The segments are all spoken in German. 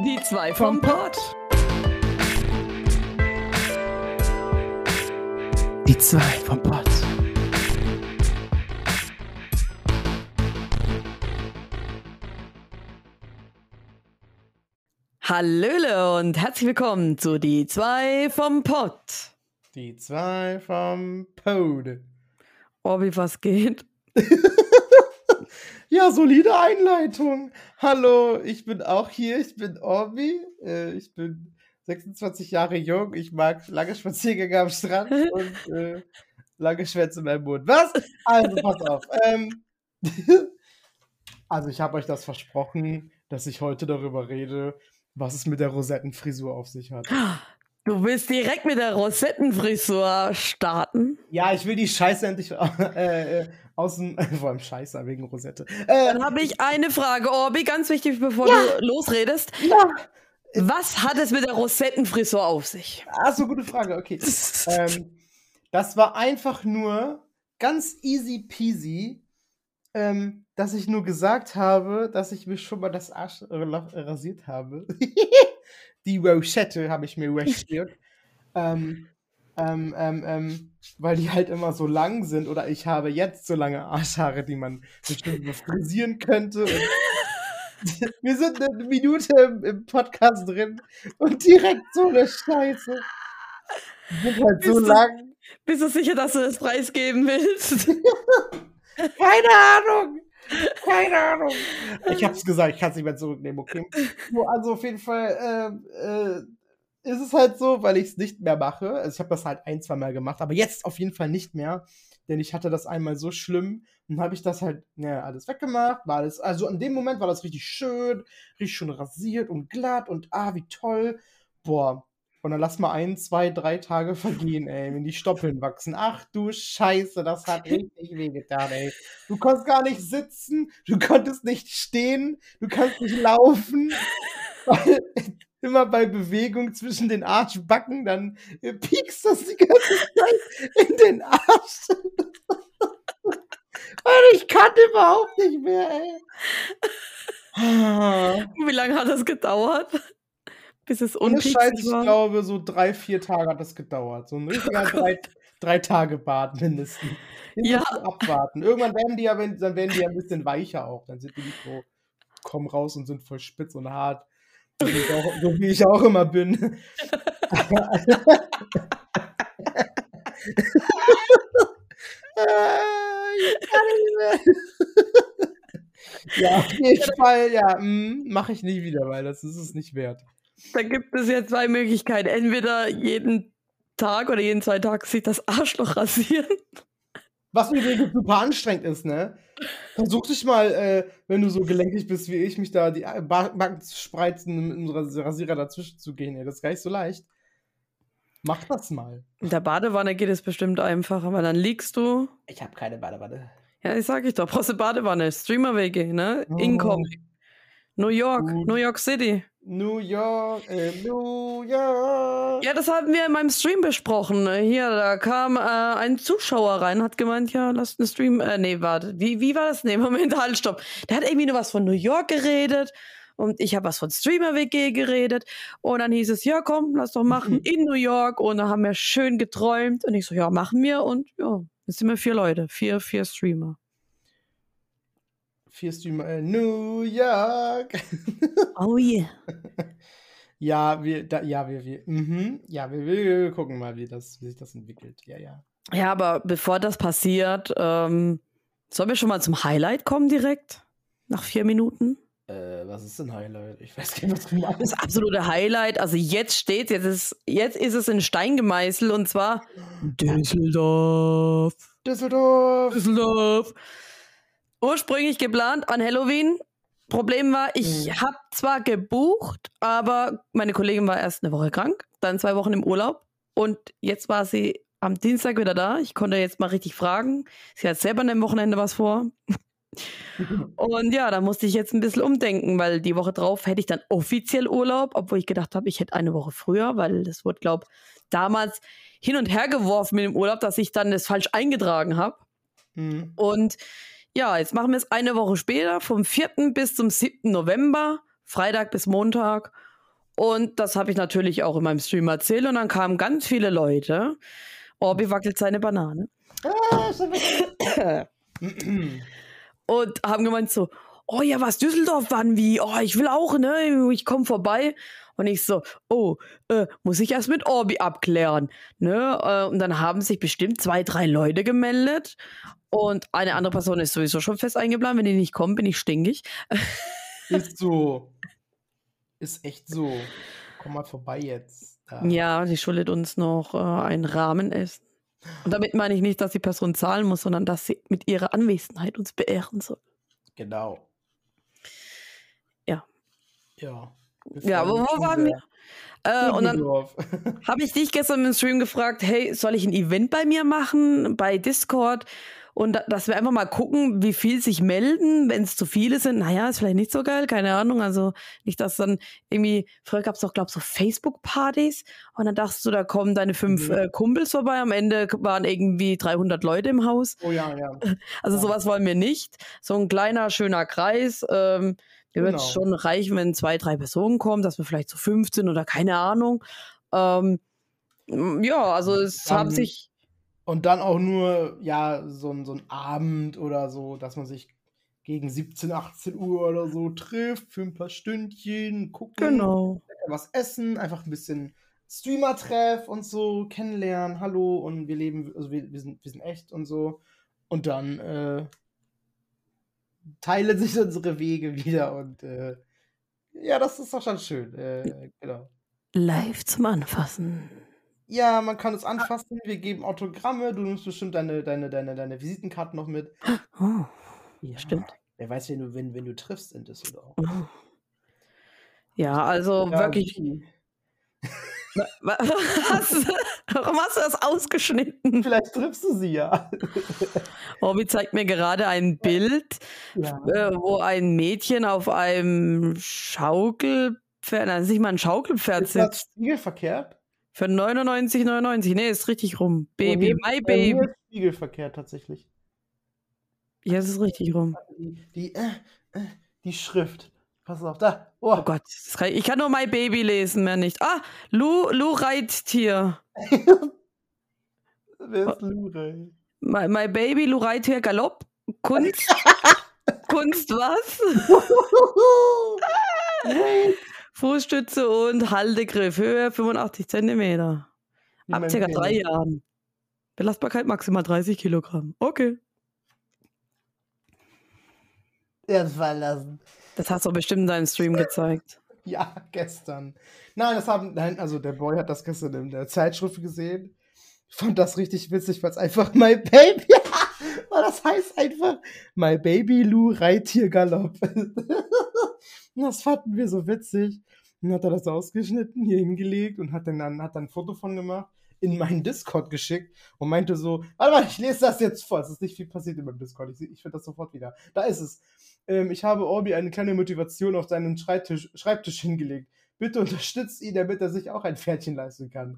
Die zwei vom Pott. Die zwei vom Pott. Hallöle und herzlich willkommen zu Die zwei vom Pott. Die zwei vom Pod. Orbi, was geht? Ja, solide Einleitung. Hallo, ich bin auch hier. Ich bin Orbi. Ich bin 26 Jahre jung. Ich mag lange Spaziergänge am Strand und lange Schwänze in meinem Mund. Was? Also, pass auf. Also, ich habe euch das versprochen, dass ich heute darüber rede, was es mit der Rosettenfrisur auf sich hat. Du willst direkt mit der Rosettenfrisur starten? Ja, ich will die Scheiße endlich aus dem... Vor allem Scheiße, wegen Rosette. Dann habe ich eine Frage, Orbi, ganz wichtig, bevor du losredest. Ja. Was hat es mit der Rosettenfrisur auf sich? Achso, gute Frage, okay. Das war einfach nur ganz easy peasy, dass ich nur gesagt habe, dass ich mir schon mal das Arschloch rasiert habe. Die Rosette habe ich mir rasiert. Weil die halt immer so lang sind oder ich habe jetzt so lange Arschhaare, die man bestimmt frisieren könnte. Und wir sind eine Minute im Podcast drin und direkt so eine Scheiße. Die sind halt so lang. Bist du sicher, dass du das preisgeben willst? Keine Ahnung. Ich hab's gesagt, ich kann es nicht mehr zurücknehmen, okay? Also auf jeden Fall ist es halt so, weil ich es nicht mehr mache. Also ich habe das halt 1-2 Mal gemacht, aber jetzt auf jeden Fall nicht mehr. Denn ich hatte das einmal so schlimm und habe ich das halt alles weggemacht. Also in dem Moment war das richtig schön rasiert und glatt und wie toll. Boah. Und dann lass mal 1, 2, 3 Tage vergehen, ey, wenn die Stoppeln wachsen. Ach du Scheiße, das hat richtig wehgetan, ey. Du konntest gar nicht sitzen, du konntest nicht stehen, du kannst nicht laufen. Weil immer bei Bewegung zwischen den Arschbacken, dann piekst das die ganze Zeit in den Arsch. Und ich kann überhaupt nicht mehr, ey. Wie lange hat das gedauert? Bis es Ohne unpieksig Scheiß, ich war? glaube, so 3-4 Tage hat das gedauert. So ein richtiger 3-Tage-Bad mindestens. Ja. Abwarten. Irgendwann werden die ja, dann werden die ja ein bisschen weicher auch. Dann sind die nicht so, kommen raus und sind voll spitz und hart. So wie ich auch immer bin. Ja, auf jeden Fall, ja, mache ich nie wieder, weil das ist es nicht wert. Da gibt es ja 2 Möglichkeiten. Entweder jeden Tag oder jeden 2 Tage sich das Arschloch rasieren. Was übrigens super anstrengend ist, ne? Versuch dich mal, wenn du so gelenkig bist wie ich, mich da die Backen zu spreizen, mit einem Rasierer dazwischen zu gehen. Ey. Das ist gar nicht so leicht. Mach das mal. In der Badewanne geht es bestimmt einfacher, weil dann liegst du. Ich habe keine Badewanne. Ja, ich sag ich doch, brauchst du Badewanne. Streamer-WG, ne? Incoming. New York, Gut. New York City. New York. Ja, das haben wir in meinem Stream besprochen. Hier, da kam ein Zuschauer rein, hat gemeint, ja, lasst einen Stream. Nee, warte. Wie war das? Nee, Moment, halt, stopp. Der hat irgendwie nur was von New York geredet und ich habe was von Streamer-WG geredet. Und dann hieß es, ja, komm, lass doch machen in New York. Und dann haben wir schön geträumt. Und ich so, ja, machen wir. Und ja, jetzt sind wir 4 Leute, 4 Streamer. 4 Streamer New York. Oh yeah. Ja, wir gucken mal, wie sich das entwickelt. Ja. Ja, aber bevor das passiert, sollen wir schon mal zum Highlight kommen direkt? Nach 4 Minuten? Was ist denn Highlight? Ich weiß gar nicht, was du meinst. Das absolute Highlight, also jetzt steht, jetzt ist es in Stein gemeißelt und zwar Düsseldorf. Ursprünglich geplant an Halloween. Problem war, ich habe zwar gebucht, aber meine Kollegin war erst eine Woche krank, dann 2 Wochen im Urlaub und jetzt war sie am Dienstag wieder da. Ich konnte jetzt mal richtig fragen. Sie hat selber an dem Wochenende was vor. Und ja, da musste ich jetzt ein bisschen umdenken, weil die Woche drauf hätte ich dann offiziell Urlaub, obwohl ich gedacht habe, ich hätte eine Woche früher, weil das wurde, glaube ich, damals hin und her geworfen mit dem Urlaub, dass ich dann das falsch eingetragen habe. Und ja, jetzt machen wir es eine Woche später, vom 4. bis zum 7. November, Freitag bis Montag. Und das habe ich natürlich auch in meinem Stream erzählt. Und dann kamen ganz viele Leute. Orbi wackelt seine Banane. Und haben gemeint so, oh ja, was, Düsseldorf, wann, wie? Oh, ich will auch, ne? Ich komme vorbei. Und ich so, muss ich erst mit Orbi abklären, ne? Und dann haben sich bestimmt 2, 3 Leute gemeldet. Und eine andere Person ist sowieso schon fest eingeplant. Wenn die nicht kommen, bin ich stinkig. Ist so. Ist echt so. Komm mal vorbei jetzt. Da. Ja, die schuldet uns noch ein Rahmenessen. Und damit meine ich nicht, dass die Person zahlen muss, sondern dass sie mit ihrer Anwesenheit uns beehren soll. Genau. Ja. Ja. Ja, wo waren wir? Und dann habe ich dich gestern im Stream gefragt, hey, soll ich ein Event bei mir machen, bei Discord? Und dass wir einfach mal gucken, wie viel sich melden. Wenn es zu viele sind, naja, ist vielleicht nicht so geil, keine Ahnung. Also nicht, dass dann irgendwie, früher gab es doch, glaube ich, so Facebook-Partys. Und dann dachtest du, da kommen deine 5 Kumpels vorbei. Am Ende waren irgendwie 300 Leute im Haus. Oh ja, ja. Also sowas wollen wir nicht. So ein kleiner, schöner Kreis. Mir wird es schon reichen, wenn 2, 3 Personen kommen, dass wir vielleicht so 15 oder keine Ahnung. Ja, also es haben sich... Und dann auch nur, ja, so ein Abend oder so, dass man sich gegen 17, 18 Uhr oder so trifft für ein paar Stündchen, gucken, was essen, einfach ein bisschen Streamer-Treff und so, kennenlernen, hallo, und wir leben, also wir sind echt und so. Und dann teilen sich unsere Wege wieder und ja, das ist doch schon schön. Genau. Live zum Anfassen. Ja, man kann es anfassen, wir geben Autogramme, du nimmst bestimmt deine Visitenkarten noch mit. Oh, ja, stimmt. Wer weiß, wenn du triffst in Düsseldorf. Oh. Ja, also ja, wirklich. Warum hast du das ausgeschnitten? Vielleicht triffst du sie ja. Orbi zeigt mir gerade ein Bild, wo ein Mädchen auf einem Schaukelpferd, also nicht mal ein Schaukelpferd sitzt. Ist das spiegelverkehrt? Für 99,99. Nee, ist richtig rum. Baby, my baby. Ist spiegelverkehrt tatsächlich. Ja, es ist richtig rum. Die Schrift. Pass auf, da. Oh Gott, ich kann nur my baby lesen, mehr nicht. Ah, Lou Reittier. Wer ist Lou Reittier? My baby, Lou Reittier, Galopp. Kunst. Kunst was? Fußstütze und Haltegriff, Höhe 85 cm. Ab ca. 3 Jahren. Belastbarkeit maximal 30 Kilogramm. Okay. Erst verlassen. Das hast du bestimmt in deinem Stream gezeigt. Ja, gestern. Nein, also der Boy hat das gestern in der Zeitschrift gesehen. Ich fand das richtig witzig, weil es einfach My Baby, das heißt einfach My Baby Lou Reittier Galopp. Das fanden wir so witzig. Dann hat er das ausgeschnitten, hier hingelegt und hat dann ein Foto von gemacht, in meinen Discord geschickt und meinte so, warte mal, ich lese das jetzt vor. Es ist nicht viel passiert in meinem Discord. Ich finde das sofort wieder. Da ist es. Ich habe Orbi eine kleine Motivation auf seinen Schreibtisch hingelegt. Bitte unterstützt ihn, damit er sich auch ein Pferdchen leisten kann.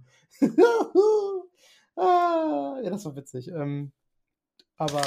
Ja, das war witzig. Aber...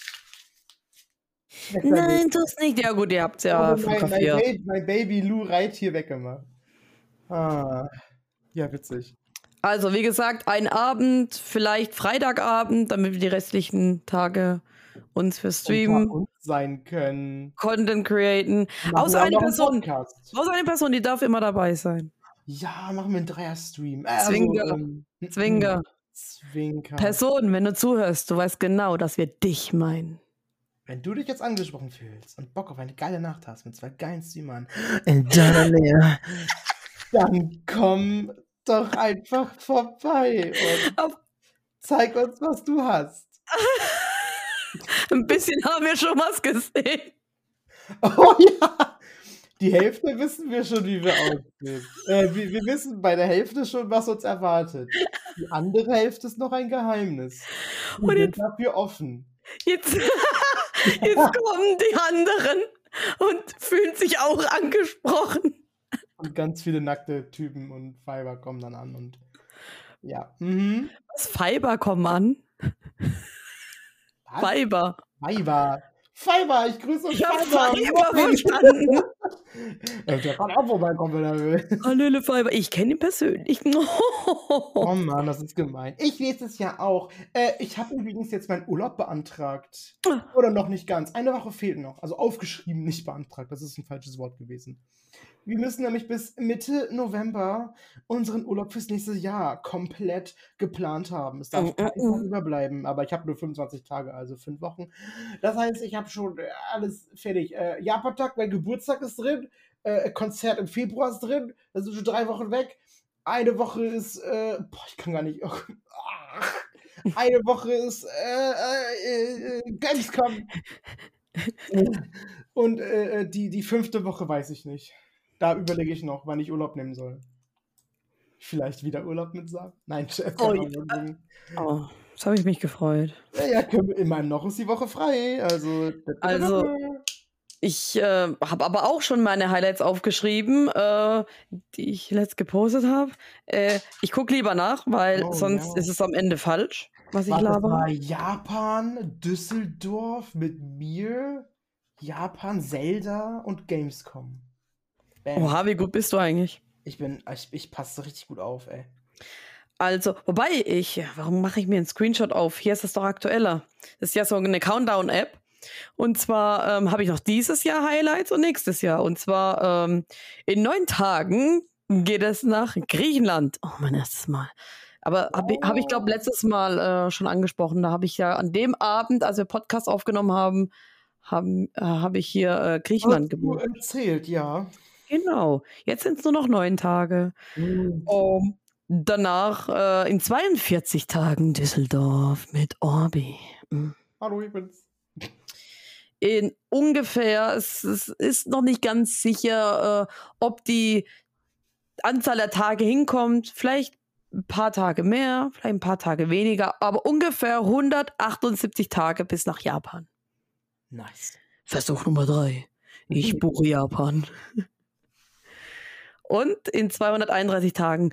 Nein, tu's nicht. Ja gut, ihr habt's ja fotografiert. Mein Baby Lou Reittier weggemacht. Ja, witzig. Also, wie gesagt, ein Abend, vielleicht Freitagabend, damit wir die restlichen Tage uns für Stream sein können. Content createn. Außer eine Person, die darf immer dabei sein. Ja, machen wir einen Dreier-Stream. Zwinker. Person, wenn du zuhörst, du weißt genau, dass wir dich meinen. Wenn du dich jetzt angesprochen fühlst und Bock auf eine geile Nacht hast mit 2 geilen Streamern in deiner Nähe, dann komm doch einfach vorbei und zeig uns, was du hast. Ein bisschen haben wir schon was gesehen. Oh ja, die Hälfte wissen wir schon, wie wir aussehen. Wir wissen bei der Hälfte schon, was uns erwartet. Die andere Hälfte ist noch ein Geheimnis. Wir sind dafür offen. Jetzt kommen die anderen und fühlen sich auch angesprochen. Und ganz viele nackte Typen und Fiber kommen dann an und ja. Was, Fiber kommen an? Was? Fiber, ich grüße euch. Ich hab Fiber verstanden. Der kann auch vorbeikommen, wenn er will. Hallöle Fiber, ich kenne ihn persönlich. Oh Mann, das ist gemein. Ich nächstes Jahr auch. Ich habe übrigens jetzt meinen Urlaub beantragt. Oder noch nicht ganz. Eine Woche fehlt noch. Also aufgeschrieben, nicht beantragt. Das ist ein falsches Wort gewesen. Wir müssen nämlich bis Mitte November unseren Urlaub fürs nächste Jahr komplett geplant haben. Es darf kein Tag überbleiben, aber ich habe nur 25 Tage, also 5 Wochen. Das heißt, ich habe schon alles fertig. Japan-Tag, mein Geburtstag ist drin. Konzert im Februar ist drin. Das sind schon 3 Wochen weg. Eine Woche ist, ich kann gar nicht. Eine Woche ist Gamescom. Und die 5. Woche weiß ich nicht. Da überlege ich noch, wann ich Urlaub nehmen soll. Vielleicht wieder Urlaub mit Sam? Nein, Chef. Oh, das habe ich mich gefreut. Ja, immerhin noch ist die Woche frei. Also ich habe aber auch schon meine Highlights aufgeschrieben, die ich letzt gepostet habe. Ich gucke lieber nach, weil sonst ist es am Ende falsch, was ich laber. Das war Japan, Düsseldorf mit mir, Japan, Zelda und Gamescom. Oha, wie gut bist du eigentlich? Ich passe richtig gut auf, ey. Also, warum mache ich mir einen Screenshot auf? Hier ist es doch aktueller. Das ist ja so eine Countdown-App. Und zwar habe ich noch dieses Jahr Highlights und nächstes Jahr. Und zwar in 9 Tagen geht es nach Griechenland. Oh, mein erstes Mal. Aber habe ich, glaube letztes Mal schon angesprochen. Da habe ich ja an dem Abend, als wir Podcast aufgenommen haben, habe ich hier Griechenland gebucht. Hast du erzählt, ja. Genau. Jetzt sind es nur noch 9 Tage. Danach in 42 Tagen Düsseldorf mit Orbi. Hallo, ich bin's. In ungefähr, es ist noch nicht ganz sicher, ob die Anzahl der Tage hinkommt. Vielleicht ein paar Tage mehr, vielleicht ein paar Tage weniger, aber ungefähr 178 Tage bis nach Japan. Nice. Versuch Nummer 3. Ich buche Japan. Und in 231 Tagen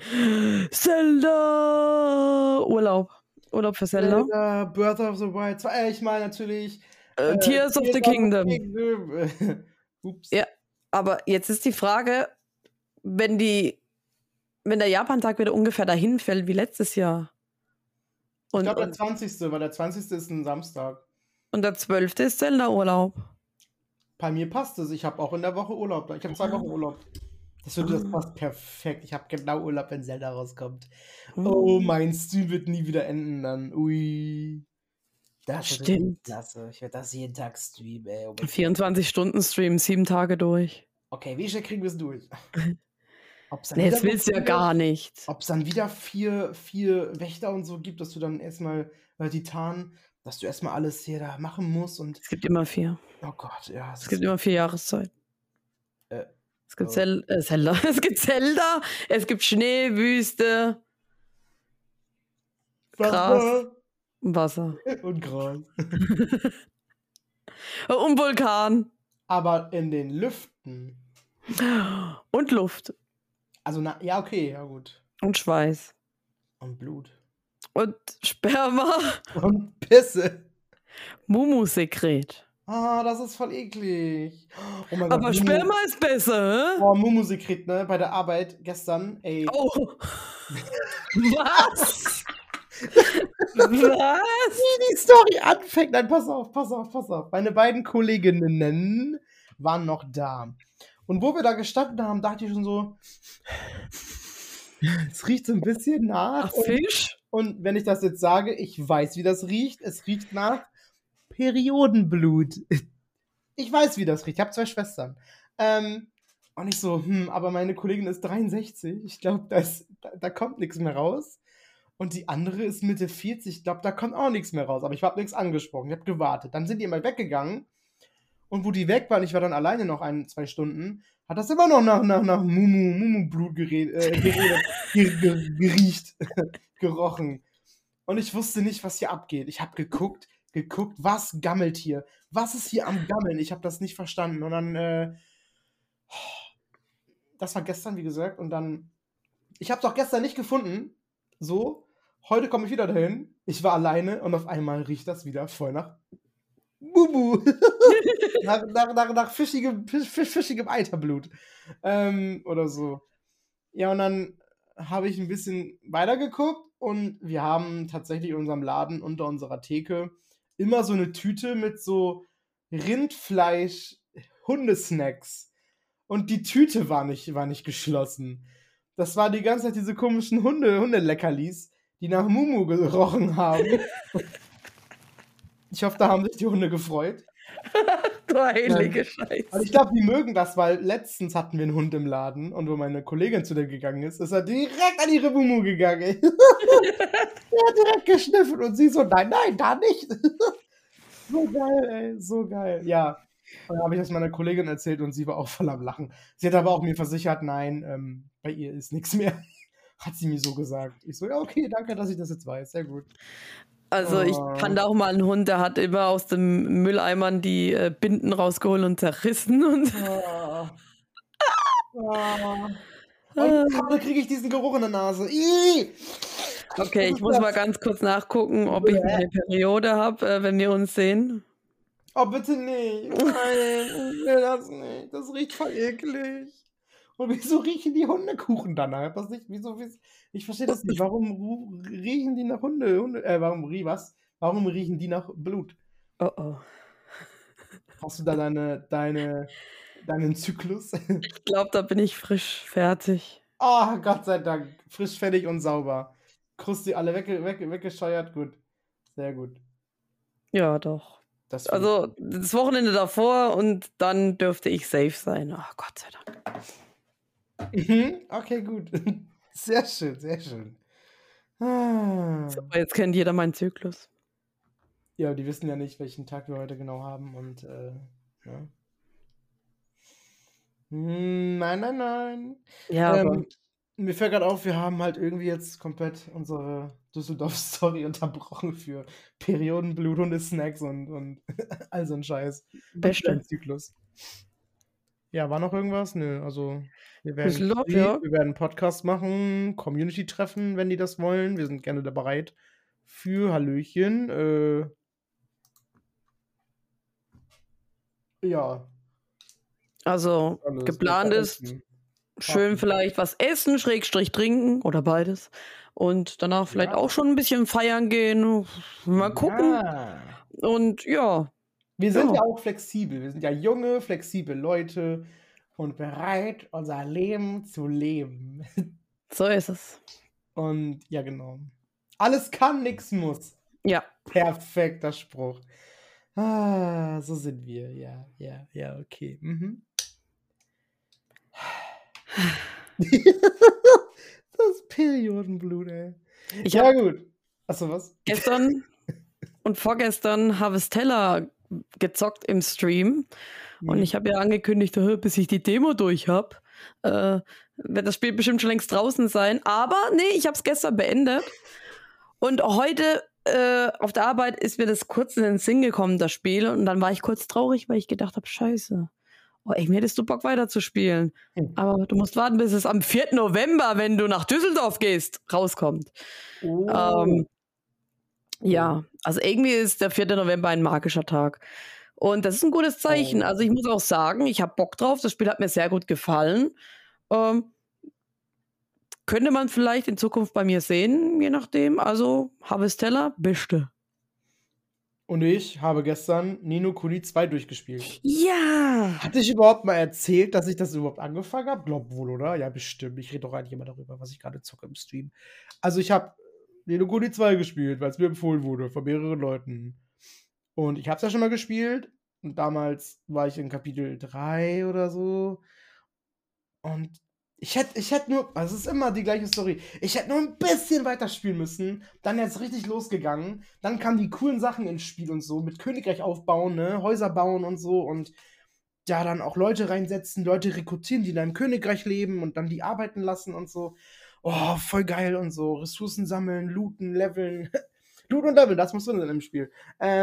Zelda! Urlaub für Zelda. Zelda, Breath of the Wild 2. Ich meine natürlich Tears of the Kingdom. Ups. Ja, aber jetzt ist die Frage, wenn der Japan-Tag wieder ungefähr dahin fällt wie letztes Jahr. Ich glaube der 20. Weil der 20. ist ein Samstag. Und der 12. ist Zelda-Urlaub. Bei mir passt es. Ich habe auch in der Woche Urlaub. Ich habe 2 Wochen Urlaub. Das passt perfekt. Ich habe genau Urlaub, wenn Zelda rauskommt. Oh, mein Stream wird nie wieder enden dann. Ui. Das stimmt. Klasse. Ich werde das jeden Tag streamen, ey. 24-Stunden-Stream, 7 Tage durch. Okay, wie schnell kriegen wir es durch? Das willst du ja gar nicht. Ob es dann wieder 4 Wächter und so gibt, dass du dann erstmal Titan, dass du erstmal alles hier da machen musst. Und es gibt immer 4. Oh Gott, ja. Es gibt immer 4 Jahreszeiten. Es gibt Zelda, es gibt Zelda, es gibt Schnee, Wüste, Gras, Wasser. Und Gras. Und Vulkan. Aber in den Lüften. Und Luft. Also, ja, okay, ja gut. Und Schweiß. Und Blut. Und Sperma. Und Pisse. Mumu-Sekret. Ah, das ist voll eklig. Oh mein Aber Gott, Sperma ist besser, hä? Oh, Mumu-Sekret, ne? Bei der Arbeit gestern, ey. Oh. Was? Was? Wie die Story anfängt. Nein, pass auf. Meine beiden Kolleginnen waren noch da. Und wo wir da gestanden haben, dachte ich schon so, es riecht so ein bisschen nach Fisch. Und wenn ich das jetzt sage, ich weiß, wie das riecht. Es riecht nach Periodenblut. Ich weiß, wie das riecht. Ich habe 2 Schwestern. Und ich so, aber meine Kollegin ist 63. Ich glaube, da kommt nichts mehr raus. Und die andere ist Mitte 40. Ich glaube, da kommt auch nichts mehr raus. Aber ich habe nichts angesprochen. Ich habe gewartet. Dann sind die mal weggegangen. Und wo die weg waren, ich war dann alleine noch 1-2 Stunden, hat das immer noch nach Mumu-Blut geriecht, gerochen. Und ich wusste nicht, was hier abgeht. Ich habe geguckt, was gammelt hier? Was ist hier am Gammeln? Ich habe das nicht verstanden. Und dann, das war gestern, wie gesagt. Und dann, ich habe es auch gestern nicht gefunden. So, heute komme ich wieder dahin. Ich war alleine und auf einmal riecht das wieder voll nach Bubu. nach fischigem Eiterblut. Oder so. Ja, und dann habe ich ein bisschen weitergeguckt und wir haben tatsächlich in unserem Laden unter unserer Theke immer so eine Tüte mit so Rindfleisch-Hundesnacks. Und die Tüte war nicht geschlossen. Das war die ganze Zeit diese komischen Hundeleckerlis, die nach Mumu gerochen haben. Ich hoffe, da haben sich die Hunde gefreut. Du heilige Scheiße. Und ich glaube, die mögen das, weil letztens hatten wir einen Hund im Laden und wo meine Kollegin zu dem gegangen ist er direkt an ihre Mumu gegangen. Ey. Der hat direkt geschniffelt und sie so, nein, da nicht. So geil, ey, so geil. Ja, und dann habe ich das meiner Kollegin erzählt und sie war auch voll am Lachen. Sie hat aber auch mir versichert, nein, bei ihr ist nichts mehr. Hat sie mir so gesagt. Ich so, ja, okay, danke, dass ich das jetzt weiß. Sehr gut. Also ich kannte auch mal einen Hund, der hat immer aus dem Mülleimern die Binden rausgeholt und zerrissen. Und Und da kriege ich diesen Geruch in der Nase. Ih! Okay, ich muss mal ganz kurz nachgucken, ob ich eine Periode habe, wenn wir uns sehen. Oh, bitte nicht. Nein, ich will das nicht. Das riecht voll eklig. Und wieso riechen die Hundekuchen danach? Was nicht, ich verstehe das nicht. Warum riechen die nach Warum riechen die nach Blut? Oh. Hast du da deinen Zyklus? Ich glaube, da bin ich frisch fertig. Oh, Gott sei Dank. Frisch, fertig und sauber. Krusti alle weggescheuert. Gut. Sehr gut. Ja, doch. Also das Wochenende davor und dann dürfte ich safe sein. Oh, Gott sei Dank. Okay, gut. Sehr schön, sehr schön. So, jetzt kennt jeder meinen Zyklus. Ja, die wissen ja nicht, welchen Tag wir heute genau haben und ja. Nein. Ja, aber mir fällt gerade auf, wir haben halt irgendwie jetzt komplett unsere Düsseldorf-Story unterbrochen für Periodenblut, Hundesnacks und all so ein Scheiß. Beste. Zyklus. Ja, war noch irgendwas? Nö, also wir Düsseldorf, werden einen Podcast machen, Community-Treffen, wenn die das wollen. Wir sind gerne da bereit für Hallöchen. Ja. Also geplant ist schön vielleicht was essen, Schrägstrich trinken oder beides. Und danach vielleicht auch schon ein bisschen feiern gehen. Mal gucken. Ja. Und ja. Wir sind ja auch flexibel. Wir sind ja junge, flexible Leute und bereit, unser Leben zu leben. So ist es. Und ja, genau. Alles kann, nichts muss. Ja. Perfekter Spruch. So sind wir. Ja, okay. Das Periodenblut, ey. Ja, gut. Achso, was? Gestern und vorgestern Harvestella gezockt im Stream. Und ich habe ja angekündigt, bis ich die Demo durch habe, wird das Spiel bestimmt schon längst draußen sein. Aber nee, ich habe es gestern beendet. Und heute auf der Arbeit ist mir das kurz in den Sinn gekommen, das Spiel. Und dann war ich kurz traurig, weil ich gedacht habe, scheiße. Oh, irgendwie hättest du Bock weiterzuspielen. Aber du musst warten, bis es am 4. November, wenn du nach Düsseldorf gehst, rauskommt. Ja, also irgendwie ist der 4. November ein magischer Tag. Und das ist ein gutes Zeichen. Also ich muss auch sagen, ich habe Bock drauf. Das Spiel hat mir sehr gut gefallen. Könnte man vielleicht in Zukunft bei mir sehen, je nachdem. Also Harvestella, beste. Und ich habe gestern Ni no Kuni 2 durchgespielt. Ja! Hatte ich überhaupt mal erzählt, dass ich das überhaupt angefangen habe? Glaub wohl, oder? Ja, bestimmt. Ich rede doch eigentlich immer darüber, was ich gerade zocke im Stream. Also ich habe Ni no Kuni 2 gespielt, weil es mir empfohlen wurde von mehreren Leuten. Und ich habe es ja schon mal gespielt. Und damals war ich in Kapitel 3 oder so. Und ich hätte nur, also es ist immer die gleiche Story. Ich hätte nur ein bisschen weiter spielen müssen. Dann jetzt richtig losgegangen. Dann kamen die coolen Sachen ins Spiel und so. Mit Königreich aufbauen, ne? Häuser bauen und so. Und ja, dann auch Leute reinsetzen, Leute rekrutieren, die in deinem Königreich leben und dann die arbeiten lassen und so. Oh, voll geil und so. Ressourcen sammeln, looten, leveln. Loot und Level, das muss drin sein im Spiel.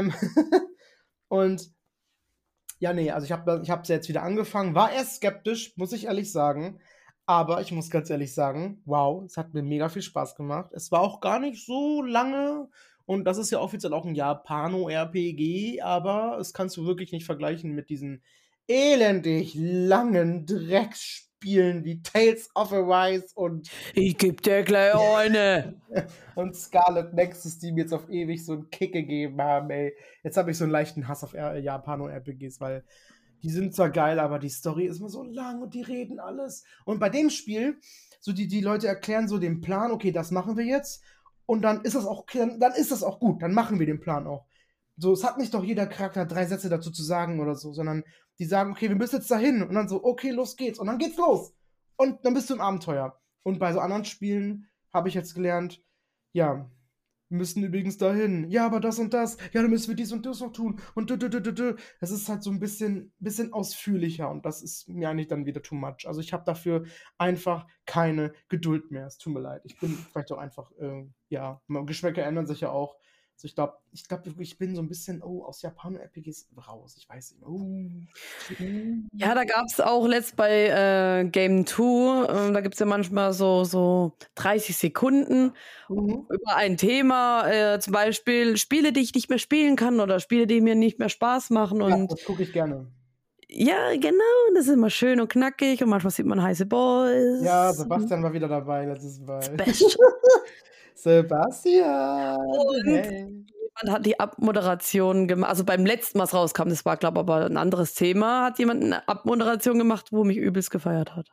Und ja, nee, also ich hab's jetzt wieder angefangen. War erst skeptisch, muss ich ehrlich sagen. Aber ich muss ganz ehrlich sagen, wow, es hat mir mega viel Spaß gemacht. Es war auch gar nicht so lange Und das ist ja offiziell auch ein Japano-RPG, aber es kannst du wirklich nicht vergleichen mit diesen elendig langen Drecksspielen wie Tales of Arise und Ich geb dir gleich eine. und Scarlet Nexus, die mir jetzt auf ewig so einen Kick gegeben haben, ey. Jetzt habe ich so einen leichten Hass auf Japano-RPGs, weil die sind zwar geil, aber die Story ist immer so lang und die reden alles. Und bei dem Spiel, so die Leute erklären so den Plan, okay, das machen wir jetzt. Und dann ist das auch, dann ist das auch gut, dann machen wir den Plan auch. So, es hat nicht doch jeder Charakter 3 Sätze dazu zu sagen oder so, sondern die sagen, okay, wir müssen jetzt dahin. Und dann so, okay, los geht's. Und dann geht's los. Und dann bist du im Abenteuer. Und bei so anderen Spielen habe ich jetzt gelernt, ja, wir müssen übrigens dahin. Ja, aber das und das. Ja, dann müssen wir dies und das noch tun. Und das ist halt so ein bisschen ausführlicher und das ist mir eigentlich dann wieder too much. Also ich habe dafür einfach keine Geduld mehr. Es tut mir leid. Ich bin vielleicht auch einfach, ja, Geschmäcker ändern sich ja auch. Also ich bin so ein bisschen, aus Japan-RPGs raus. Ich weiß nicht. Ja, da gab es auch letzt bei Game 2, da gibt es ja manchmal so 30 Sekunden über ein Thema, zum Beispiel Spiele, die ich nicht mehr spielen kann oder Spiele, die mir nicht mehr Spaß machen. Ja, Und das gucke ich gerne. ja, genau, das ist immer schön und knackig und manchmal sieht man heiße Boys. Ja, Sebastian war wieder dabei letztes Mal. Best. Sebastian! Und Hey. jemand hat die Abmoderation gemacht, also beim letzten Mal es rauskam, das war, glaube ich, aber ein anderes Thema, hat jemand eine Abmoderation gemacht, wo mich übelst gefeiert hat.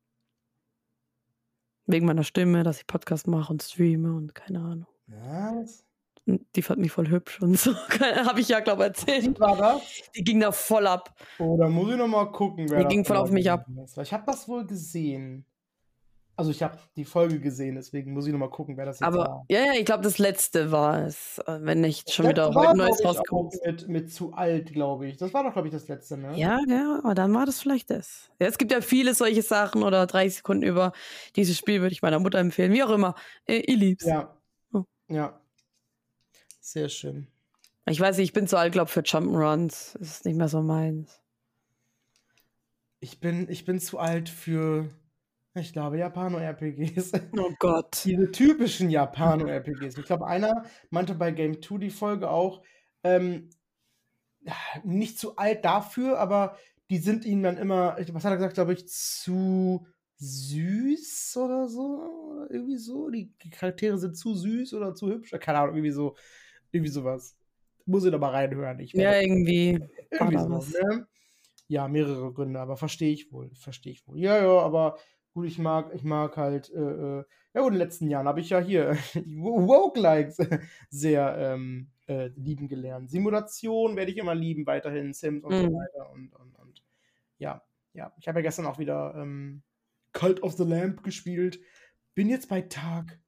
Wegen meiner Stimme, dass ich Podcast mache und streame und keine Ahnung. Was? Und die fand mich voll hübsch und so. Habe ich ja, glaube ich, erzählt. Wie war das? Die ging da voll ab. Oh, da muss ich noch mal gucken, wer Die das ging voll genau auf mich ab. gewesen ist. Weil ich habe das wohl gesehen. Also ich habe die Folge gesehen, deswegen muss ich noch mal gucken, wer das jetzt Aber war. ja, ich glaube, das letzte war es. Wenn nicht schon Das wieder war, heute Neues glaub ich, rauskommt. auch mit zu alt, glaube ich. Das war doch, glaube ich, das letzte, ne? Ja, aber dann war das vielleicht das. Ja, es gibt ja viele solche Sachen oder 30 Sekunden über dieses Spiel würde ich meiner Mutter empfehlen. Wie auch immer. Ich lieb's. Ja. Oh. Ja. Sehr schön. Ich weiß nicht, ich bin zu alt, glaube ich, für Jump'n'Runs. Das ist nicht mehr so meins. Ich bin zu alt für, ich glaube, Japano-RPGs. Oh Gott. Diese typischen Japano-RPGs. Ich glaube, einer meinte bei Game 2 die Folge auch, nicht zu alt dafür, aber die sind ihnen dann immer, was hat er gesagt, glaube ich, zu süß oder so. Oder irgendwie so. Die Charaktere sind zu süß oder zu hübsch. Keine Ahnung, irgendwie sowas. Muss ich doch mal reinhören. Ja, irgendwie war Irgendwie da so, was. ne? Ja, mehrere Gründe, aber verstehe ich wohl. Ja, aber gut, ich mag halt, ja gut, in den letzten Jahren habe ich ja hier Woke-Likes sehr lieben gelernt. Simulation werde ich immer lieben, weiterhin Sims und so weiter und ja. Ich habe ja gestern auch wieder Cult of the Lamp gespielt. Bin jetzt bei Tag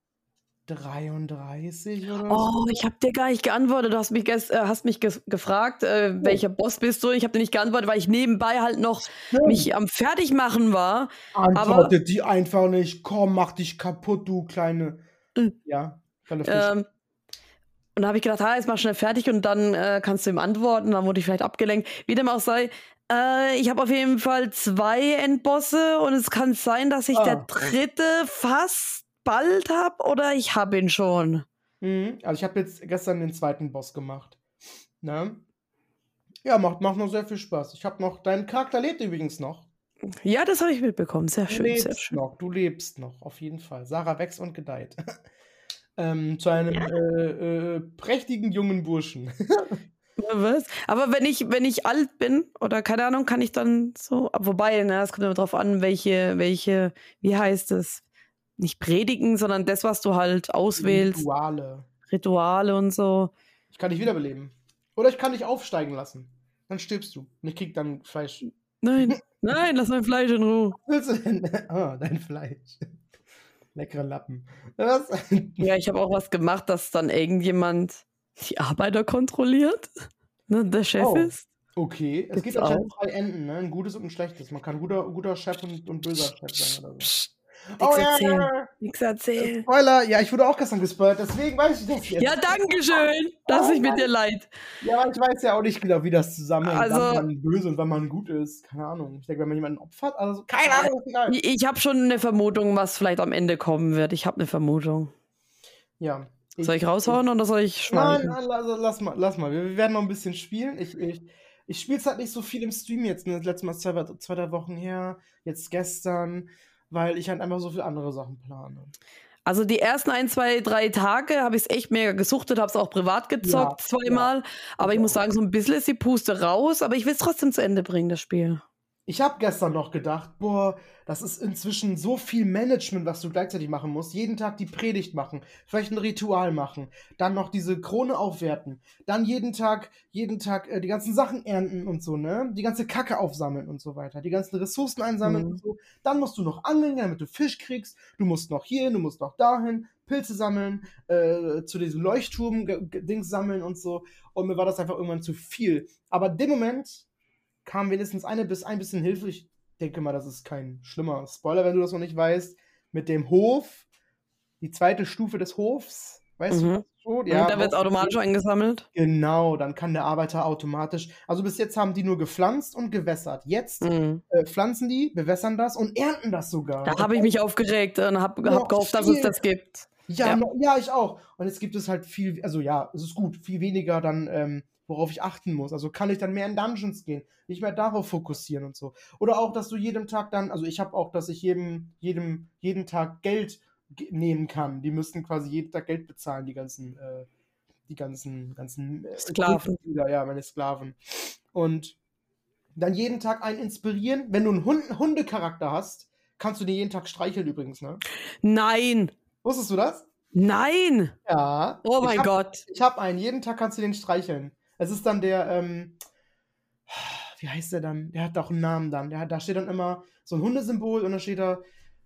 33 oder so. Oh, ich habe dir gar nicht geantwortet. Du hast mich gefragt, welcher Boss bist du? Ich habe dir nicht geantwortet, weil ich nebenbei halt noch mich am Fertigmachen war. Antwortet die einfach nicht. Komm, mach dich kaputt, du kleine. Ja, kleine Fisch. Und da habe ich gedacht, jetzt mach schnell fertig und dann kannst du ihm antworten. Dann wurde ich vielleicht abgelenkt. Wie dem auch sei, ich habe auf jeden Fall 2 Endbosse und es kann sein, dass ich der dritte fast bald habe oder ich habe ihn schon. Also ich habe jetzt gestern den zweiten Boss gemacht. Ne? Ja, macht noch sehr viel Spaß. Ich habe noch, dein Charakter lebt übrigens noch. Ja, das habe ich mitbekommen. Sehr schön, sehr schön. Du lebst noch, auf jeden Fall. Sarah wächst und gedeiht. Zu einem prächtigen jungen Burschen. Was? Aber wenn ich alt bin oder keine Ahnung, kann ich dann so, wobei, es kommt immer drauf an, welche, wie heißt es? Nicht predigen, sondern das, was du halt auswählst. Rituale und so. Ich kann dich wiederbeleben. Oder ich kann dich aufsteigen lassen. Dann stirbst du. Und ich krieg dann Fleisch. Nein, lass mein Fleisch in Ruhe. Was willst du denn? Oh, dein Fleisch. Leckere Lappen. Was? Ja, ich habe auch was gemacht, dass dann irgendjemand die Arbeiter kontrolliert. Ne, der Chef ist. Okay, es gibt anscheinend 2 Enden, ne? Ein gutes und ein schlechtes. Man kann guter Chef und böser Chef sein oder so. Nix erzählen. Spoiler, ja, ich wurde auch gestern gespoilert, deswegen weiß ich das jetzt. Ja, dankeschön. Das ist mit dir leid. Ja, ich weiß ja auch nicht genau, wie das zusammenhängt, Also, wann man böse und wann man gut ist. Keine Ahnung. Ich denke, wenn man jemanden opfert, also keine Ahnung, ist egal. Ich habe schon eine Vermutung, was vielleicht am Ende kommen wird. Ich habe eine Vermutung. Ja, Soll ich raushauen oder soll ich Nein, schweigen? nein, lass mal. Wir werden noch ein bisschen spielen. Ich spiele es halt nicht so viel im Stream jetzt. Ne? Das letzte Mal ist 2, 3 Wochen her, jetzt gestern, weil ich halt einfach so viele andere Sachen plane. Also die ersten 1, 2, 3 Tage habe ich es echt mega gesuchtet, habe es auch privat gezockt, Ja, zweimal. Aber ich muss sagen, so ein bisschen ist die Puste raus, aber ich will es trotzdem zu Ende bringen, das Spiel. Ich habe gestern noch gedacht, boah, das ist inzwischen so viel Management, was du gleichzeitig machen musst. Jeden Tag die Predigt machen, vielleicht ein Ritual machen, dann noch diese Krone aufwerten, dann jeden Tag die ganzen Sachen ernten und so, ne? Die ganze Kacke aufsammeln und so weiter, die ganzen Ressourcen einsammeln und so. Dann musst du noch angeln, damit du Fisch kriegst. Du musst noch hierhin, du musst noch dahin, Pilze sammeln, zu diesem Leuchtturm-Dings sammeln und so. Und mir war das einfach irgendwann zu viel. Aber in dem Moment kam wenigstens ein bisschen Hilfe. Ich denke mal, das ist kein schlimmer Spoiler, wenn du das noch nicht weißt. Mit dem Hof, die zweite Stufe des Hofs, weißt du das schon? Ja, Da wird automatisch eingesammelt. genau, dann kann der Arbeiter automatisch. Also bis jetzt haben die nur gepflanzt und gewässert. Jetzt pflanzen die, bewässern das und ernten das sogar. Da habe ich mich aufgeregt und habe gehofft, dass es das gibt. Ja, ich auch. Und jetzt gibt es halt viel, also ja, es ist gut, viel weniger dann, worauf ich achten muss. Also kann ich dann mehr in Dungeons gehen, nicht mehr darauf fokussieren und so. Oder auch, dass du jedem Tag dann, also ich habe auch, dass ich jeden Tag Geld nehmen kann. Die müssten quasi jeden Tag Geld bezahlen, die ganzen Sklaven. Ja, meine Sklaven. Und dann jeden Tag einen inspirieren. Wenn du einen Hundecharakter hast, kannst du den jeden Tag streicheln übrigens, ne? Nein! Wusstest du das? Nein! Ja. Oh mein Gott. Ich habe einen. Jeden Tag kannst du den streicheln. Es ist dann der, wie heißt der dann? Der hat auch einen Namen dann. Da steht dann immer so ein Hundesymbol und dann steht da,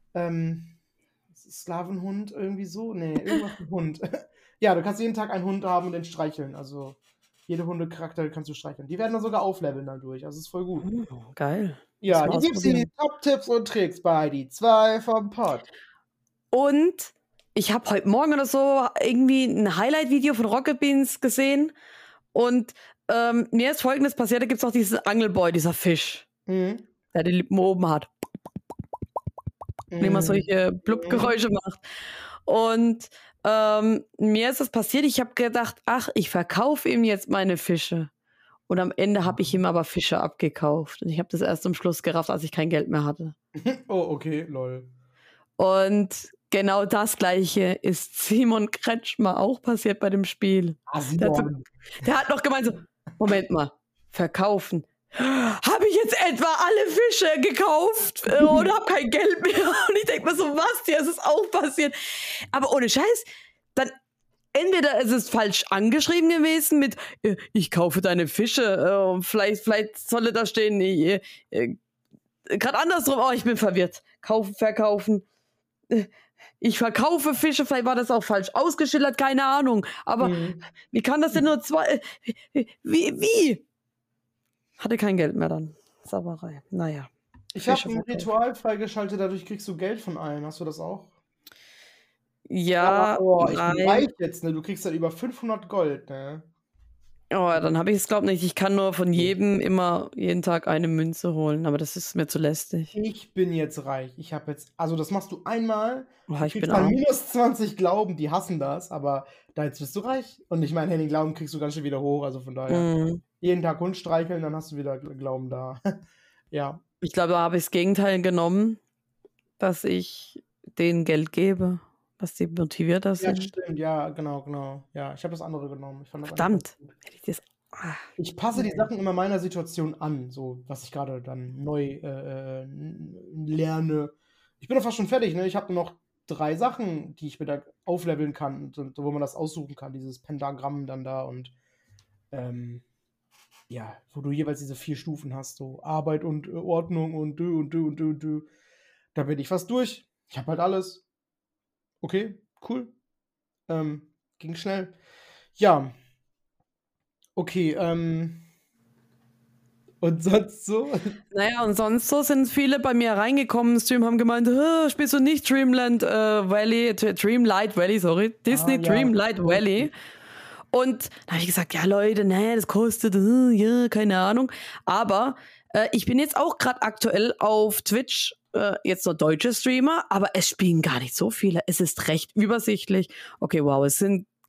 Sklavenhund irgendwie so? Nee, irgendwas mit Hund. Ja, du kannst jeden Tag einen Hund haben und den streicheln. Also, jede Hundecharakter kannst du streicheln. Die werden dann sogar aufleveln dadurch. Also, ist voll gut. Geil. Ja, hier gibt's die Top-Tipps und Tricks bei die 2 vom Pod. Und ich habe heute Morgen oder so irgendwie ein Highlight-Video von Rocket Beans gesehen und mir ist Folgendes passiert, da gibt es auch diesen Angelboy, dieser Fisch, der die Lippen oben hat. Und immer solche Blubgeräusche macht. Und mir ist das passiert, ich habe gedacht, ach, ich verkaufe ihm jetzt meine Fische. Und am Ende habe ich ihm aber Fische abgekauft. Und ich habe das erst am Schluss gerafft, als ich kein Geld mehr hatte. Oh, okay, lol. Und genau das Gleiche ist Simon Kretschmer auch passiert bei dem Spiel. Der hat noch gemeint so, Moment mal, verkaufen. Habe ich jetzt etwa alle Fische gekauft und habe kein Geld mehr? Und ich denke mir so, was, dir ist es auch passiert. Aber ohne Scheiß, dann entweder ist es falsch angeschrieben gewesen mit, ich kaufe deine Fische, vielleicht solle da stehen, gerade andersrum, oh, ich bin verwirrt. Kaufen, verkaufen. Ich verkaufe Fische, vielleicht war das auch falsch ausgeschildert, keine Ahnung. Aber wie kann das denn nur zwei... Wie? Hatte kein Geld mehr dann. Sauerei. Naja. Ich habe ein Ritual freigeschaltet, dadurch kriegst du Geld von allen. Hast du das auch? Ja, oh, ich bin reich jetzt, ne? Du kriegst dann über 500 Gold, ne? Oh, dann habe ich es, glaube ich, nicht. Ich kann nur von jedem immer jeden Tag eine Münze holen, aber das ist mir zu lästig. Ich bin jetzt reich. Ich habe jetzt, also das machst du einmal. Oh, ich bin dann minus 20 Glauben, die hassen das, aber da jetzt bist du reich. Und ich meine, Henning, Glauben kriegst du ganz schön wieder hoch, also von daher. Jeden Tag Hund streicheln, dann hast du wieder Glauben da. Ja. Ich glaube, da habe ich das Gegenteil genommen, dass ich denen Geld gebe. Dass die motivierter sind. Ja, stimmt, ja, genau. Ja, ich habe das andere genommen. Verdammt. Ich passe die Sachen immer meiner Situation an, so was ich gerade dann neu lerne. Ich bin doch fast schon fertig, ne? Ich habe nur noch 3 Sachen, die ich mir da aufleveln kann, wo man das aussuchen kann, dieses Pentagramm dann da und ja, wo du jeweils diese 4 Stufen hast, so Arbeit und Ordnung und du. Da bin ich fast durch. Ich habe halt alles. Okay, cool. Ging schnell. Ja. Okay, und sonst so? Naja, und sonst so sind viele bei mir reingekommen im Stream, haben gemeint, spielst du nicht Dreamlight Valley, sorry. Disney Dreamlight Valley. Und da habe ich gesagt, ja Leute, nee, das kostet, ja, keine Ahnung. Aber ich bin jetzt auch gerade aktuell auf Twitch, jetzt nur deutsche Streamer, aber es spielen gar nicht so viele. Es ist recht übersichtlich. Okay, wow, es sind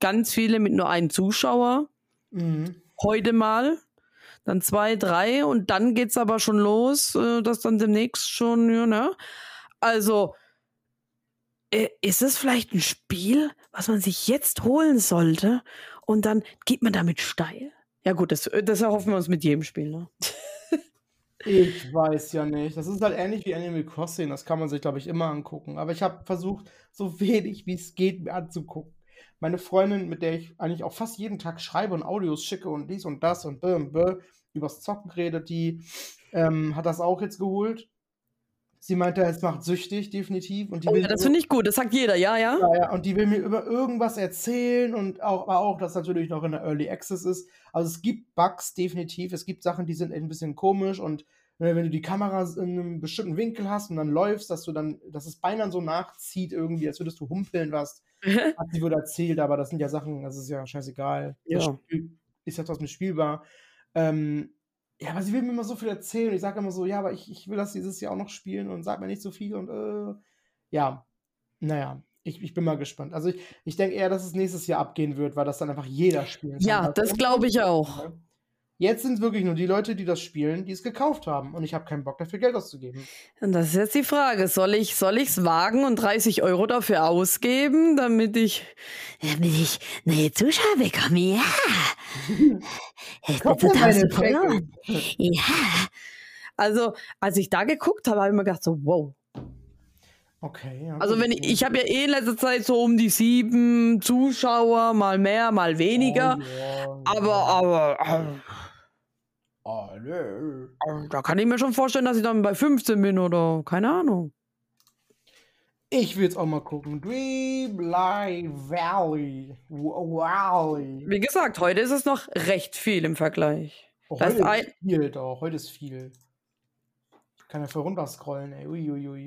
ganz viele mit nur einem Zuschauer. Mhm. Heute mal. Dann 2, 3 und dann geht's aber schon los, dass dann demnächst schon, ja, ne? Also, ist es vielleicht ein Spiel, was man sich jetzt holen sollte und dann geht man damit steil? Ja gut, das erhoffen wir uns mit jedem Spiel, ne? Ich weiß ja nicht. Das ist halt ähnlich wie Animal Crossing. Das kann man sich, glaube ich, immer angucken. Aber ich habe versucht, so wenig wie es geht, mir anzugucken. Meine Freundin, mit der ich eigentlich auch fast jeden Tag schreibe und Audios schicke und dies und das und übers Zocken redet, die hat das auch jetzt geholt. Sie meinte, es macht süchtig, definitiv. Und die Oh will ja, das finde ich gut, das sagt jeder, ja, ja. ja, und die will mir über irgendwas erzählen und aber auch, dass natürlich noch in der Early Access ist. Also es gibt Bugs, definitiv. Es gibt Sachen, die sind ein bisschen komisch und wenn du die Kamera in einem bestimmten Winkel hast und dann läufst, dass es beinahe so nachzieht irgendwie, als würdest du humpeln, was hat sie wohl erzählt, aber das sind ja Sachen, das ist ja scheißegal. Das Ja. Spiel ist ja trotzdem spielbar. Ja, aber sie will mir immer so viel erzählen. Ich sage immer so, ja, aber ich will das dieses Jahr auch noch spielen und sag mir nicht so viel und ja, naja, ich bin mal gespannt. Also ich denke eher, dass es nächstes Jahr abgehen wird, weil das dann einfach jeder spielen kann. Ja, Weil das glaube ich auch. jetzt sind es wirklich nur die Leute, die das spielen, die es gekauft haben. Und ich habe keinen Bock dafür, Geld auszugeben. Und das ist jetzt die Frage, soll ich's wagen und 30 € dafür ausgeben, damit ich neue Zuschauer bekomme? Ja. Ich bin Kommt denn total meine verloren. Ja. Also, als ich da geguckt habe, habe ich mir gedacht so, wow. Okay, ja. Also gut. wenn ich habe ja in letzter Zeit so um die 7 Zuschauer, mal mehr, mal weniger. ja. Aber da kann ich mir schon vorstellen, dass ich dann bei 15 bin oder keine Ahnung. Ich will jetzt auch mal gucken. Dreamlight Valley. Wie gesagt, heute ist es noch recht viel im Vergleich. Oh, Da ist heute ist viel, doch. Heute ist viel. Ich kann ja voll runterscrollen, ey. Uiuiui.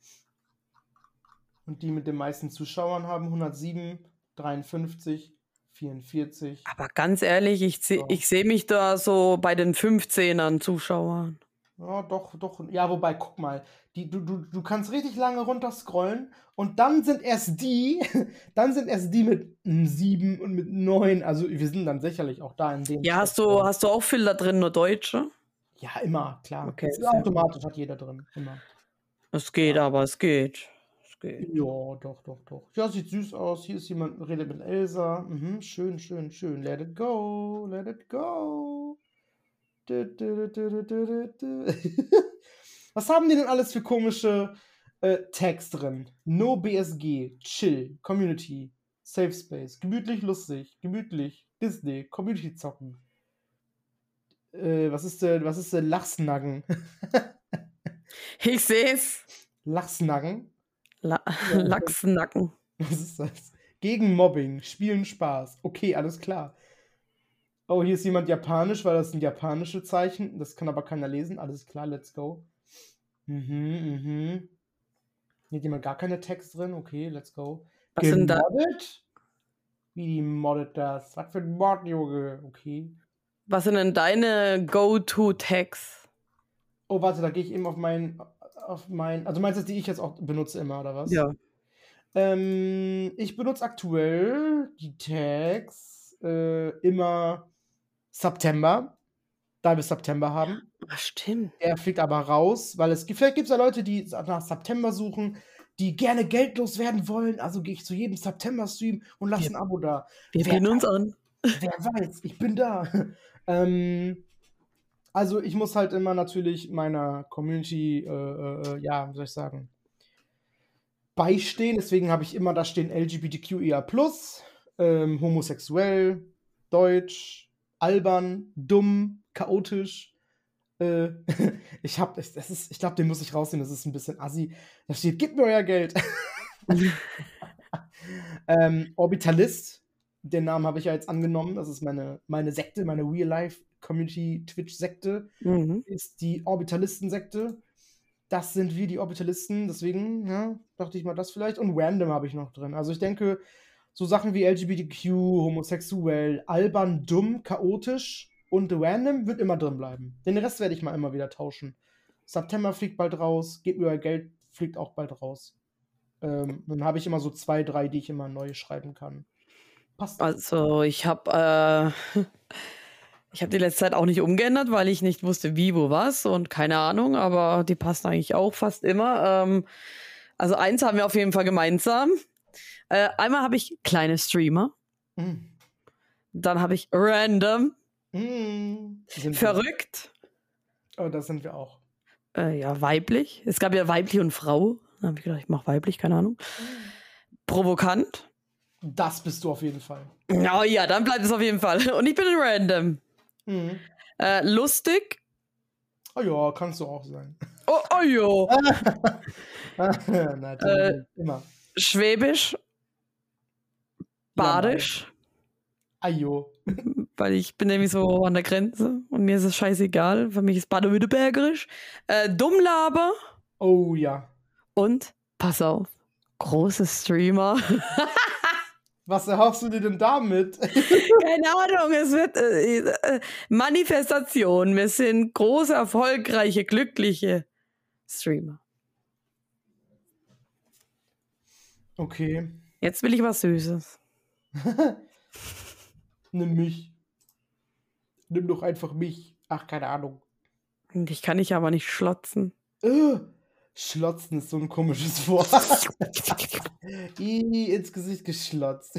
Und die mit den meisten Zuschauern haben 107, 53, 44. Aber ganz ehrlich, ich sehe mich da so bei den 15ern Zuschauern. Ja, doch. Ja, wobei, guck mal. Du kannst richtig lange runterscrollen und dann sind erst die mit 7 und mit 9. Also wir sind dann sicherlich auch da in dem. Ja, hast du auch Filter drin, nur Deutsche? Ja, immer, klar. Okay, Das ist automatisch, hat jeder drin. Immer. Es geht, ja. Aber es geht. Ja, doch. Ja, sieht süß aus. Hier ist jemand, redet mit Elsa. Mhm, schön. Let it go. Was haben die denn alles für komische Tags drin? No BSG, Chill, Community, Safe Space, gemütlich, lustig, Disney, Community zocken. Was ist denn Lachsnaggen? Ich seh's. Lachsnaggen? Lachsnacken. Was ist das? Gegen Mobbing, Spielen Spaß. Okay, alles klar. Oh, hier ist jemand japanisch, weil das sind japanische Zeichen. Das kann aber keiner lesen. Alles klar, let's go. Hier hat jemand gar keine Text drin. Okay, let's go. Was sind da? Gemoddet? Wie moddet das? Was für ein Mod, Junge? Okay. Was sind denn deine Go-To-Tags? Oh, warte, da gehe ich eben auf mein. Also meinst du, die ich jetzt auch benutze immer, oder was? Ja. Ich benutze aktuell die Tags immer September, da wir September haben. Ach, stimmt. Er fliegt aber raus, weil vielleicht gibt es ja Leute, die nach September suchen, die gerne geldlos werden wollen. Also gehe ich zu jedem September-Stream und lasse ein Abo da. Wir bieten uns an. Wer weiß, ich bin da. Also ich muss halt immer natürlich meiner Community, ja, wie soll ich sagen, beistehen. Deswegen habe ich immer da stehen LGBTQIA+, homosexuell, deutsch, albern, dumm, chaotisch. Ich glaube, den muss ich rausnehmen, das ist ein bisschen assi. Da steht, gib mir euer Geld. Orbitalist, den Namen habe ich ja jetzt angenommen. Das ist meine Sekte, meine Real-Life-Community-Twitch-Sekte. Ist die Orbitalisten-Sekte. Das sind wir, die Orbitalisten. Deswegen, ja, dachte ich mal das vielleicht. Und Random habe ich noch drin. Also ich denke, so Sachen wie LGBTQ, homosexuell, albern, dumm, chaotisch und Random wird immer drin bleiben. Den Rest werde ich mal immer wieder tauschen. September fliegt bald raus, gebt mir euer Geld, fliegt auch bald raus. Dann habe ich immer so 2, 3, die ich immer neu schreiben kann. Passt. Also ich habe die letzte Zeit auch nicht umgeändert, weil ich nicht wusste, wie, wo, was und keine Ahnung, aber die passen eigentlich auch fast immer. Also eins haben wir auf jeden Fall gemeinsam. Einmal habe ich kleine Streamer, Mm. dann habe ich random, Sind wir. verrückt, Oh, das sind wir auch. ja, weiblich. Es gab ja weiblich und Frau. Dann habe ich gedacht, ich mache weiblich, keine Ahnung. Provokant. Das bist du auf jeden Fall. Oh ja, dann bleibt es auf jeden Fall. Und ich bin random. Mhm. Lustig. Oh ja, kannst du auch sein. Oh jo. Natürlich, immer. Schwäbisch. Badisch. Ajo. Weil ich bin nämlich so an der Grenze und mir ist es scheißegal. Für mich ist Baden-Württembergisch. Dummlaber. Oh ja. Und, pass auf, große Streamer. Was erhoffst du dir denn damit? Keine Ahnung, es wird Manifestation. Wir sind große, erfolgreiche, glückliche Streamer. Okay. Jetzt will ich was Süßes. Nimm mich. Nimm doch einfach mich. Ach, keine Ahnung. Und ich kann dich aber nicht schlotzen. Schlotzen ist so ein komisches Wort. Ins Gesicht geschlotzt.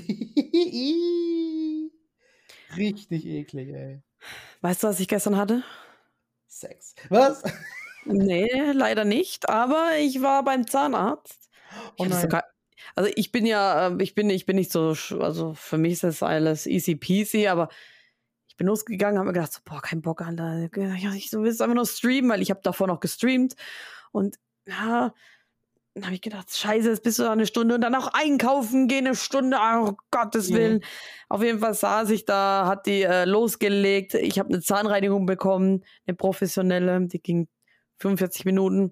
Richtig eklig, ey. Weißt du, was ich gestern hatte? Sex. Was? Nee, leider nicht. Aber ich war beim Zahnarzt. Oh Ich hab nein. sogar, also ich bin ja, ich bin nicht so, also für mich ist das alles easy peasy, aber ich bin losgegangen, habe mir gedacht, so, boah, kein Bock, Alter. Ja, ich will jetzt einfach nur streamen, weil ich habe davor noch gestreamt. Und ja, dann habe ich gedacht, scheiße, jetzt bist du da eine Stunde und dann auch einkaufen gehen eine Stunde, oh Gottes Willen. Auf jeden Fall saß ich da, hat die losgelegt. Ich habe eine Zahnreinigung bekommen, eine professionelle, die ging 45 Minuten.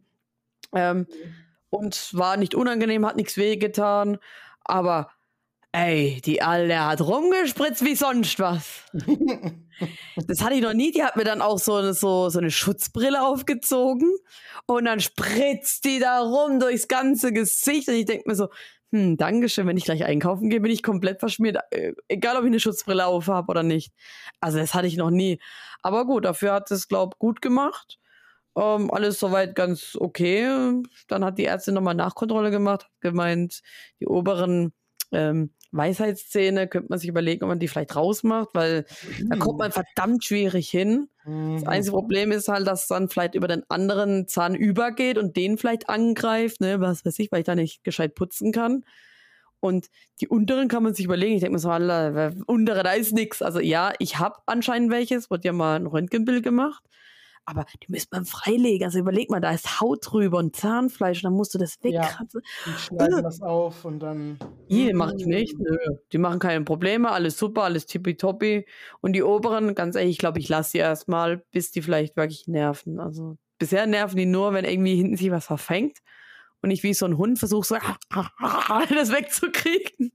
Und war nicht unangenehm, hat nichts wehgetan. Aber, ey, die Alte hat rumgespritzt wie sonst was. Das hatte ich noch nie. Die hat mir dann auch so eine Schutzbrille aufgezogen. Und dann spritzt die da rum durchs ganze Gesicht. Und ich denke mir so, Dankeschön, wenn ich gleich einkaufen gehe, bin ich komplett verschmiert. Egal, ob ich eine Schutzbrille auf habe oder nicht. Also das hatte ich noch nie. Aber gut, dafür hat es, glaube ich, gut gemacht. Alles soweit ganz okay. Dann hat die Ärztin nochmal Nachkontrolle gemacht, hat gemeint, die oberen Weisheitszähne könnte man sich überlegen, ob man die vielleicht rausmacht, weil da kommt man verdammt schwierig hin. Das einzige Problem ist halt, dass es dann vielleicht über den anderen Zahn übergeht und den vielleicht angreift, ne, was weiß ich, weil ich da nicht gescheit putzen kann. Und die unteren kann man sich überlegen. Ich denke mir so, Alter, untere, da ist nix. Also ja, ich habe anscheinend welches, wurde ja mal ein Röntgenbild gemacht. Aber die müsste man freilegen. Also überleg mal, da ist Haut drüber und Zahnfleisch und dann musst du das wegkratzen. Die schneiden das auf und dann. Die mache ich nicht. Nö. Die machen keine Probleme, alles super, alles tippitoppi. Und die oberen, ganz ehrlich, ich glaube, ich lasse die erstmal, bis die vielleicht wirklich nerven. Also bisher nerven die nur, wenn irgendwie hinten sich was verfängt und ich wie so ein Hund versuche, so das wegzukriegen.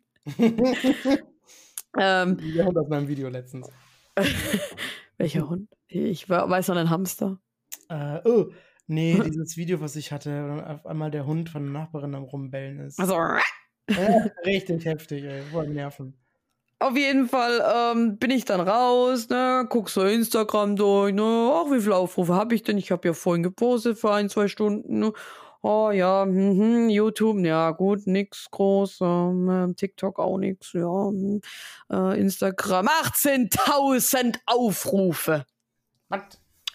Der Hund aus meinem Video letztens. Welcher Hund? Ich weiß noch, ein Hamster. Nee, dieses Video, was ich hatte, wo auf einmal der Hund von der Nachbarin am Rumbellen ist. Also, richtig heftig, ey. Voll Nerven. auf jeden Fall bin ich dann raus, ne, guck so Instagram durch, ne, ach, wie viele Aufrufe habe ich denn? Ich habe ja vorhin gepostet für 1-2 Stunden, ne? Oh ja, YouTube, ja gut, nix groß, TikTok auch nix, ja, Instagram, 18.000 Aufrufe. Was?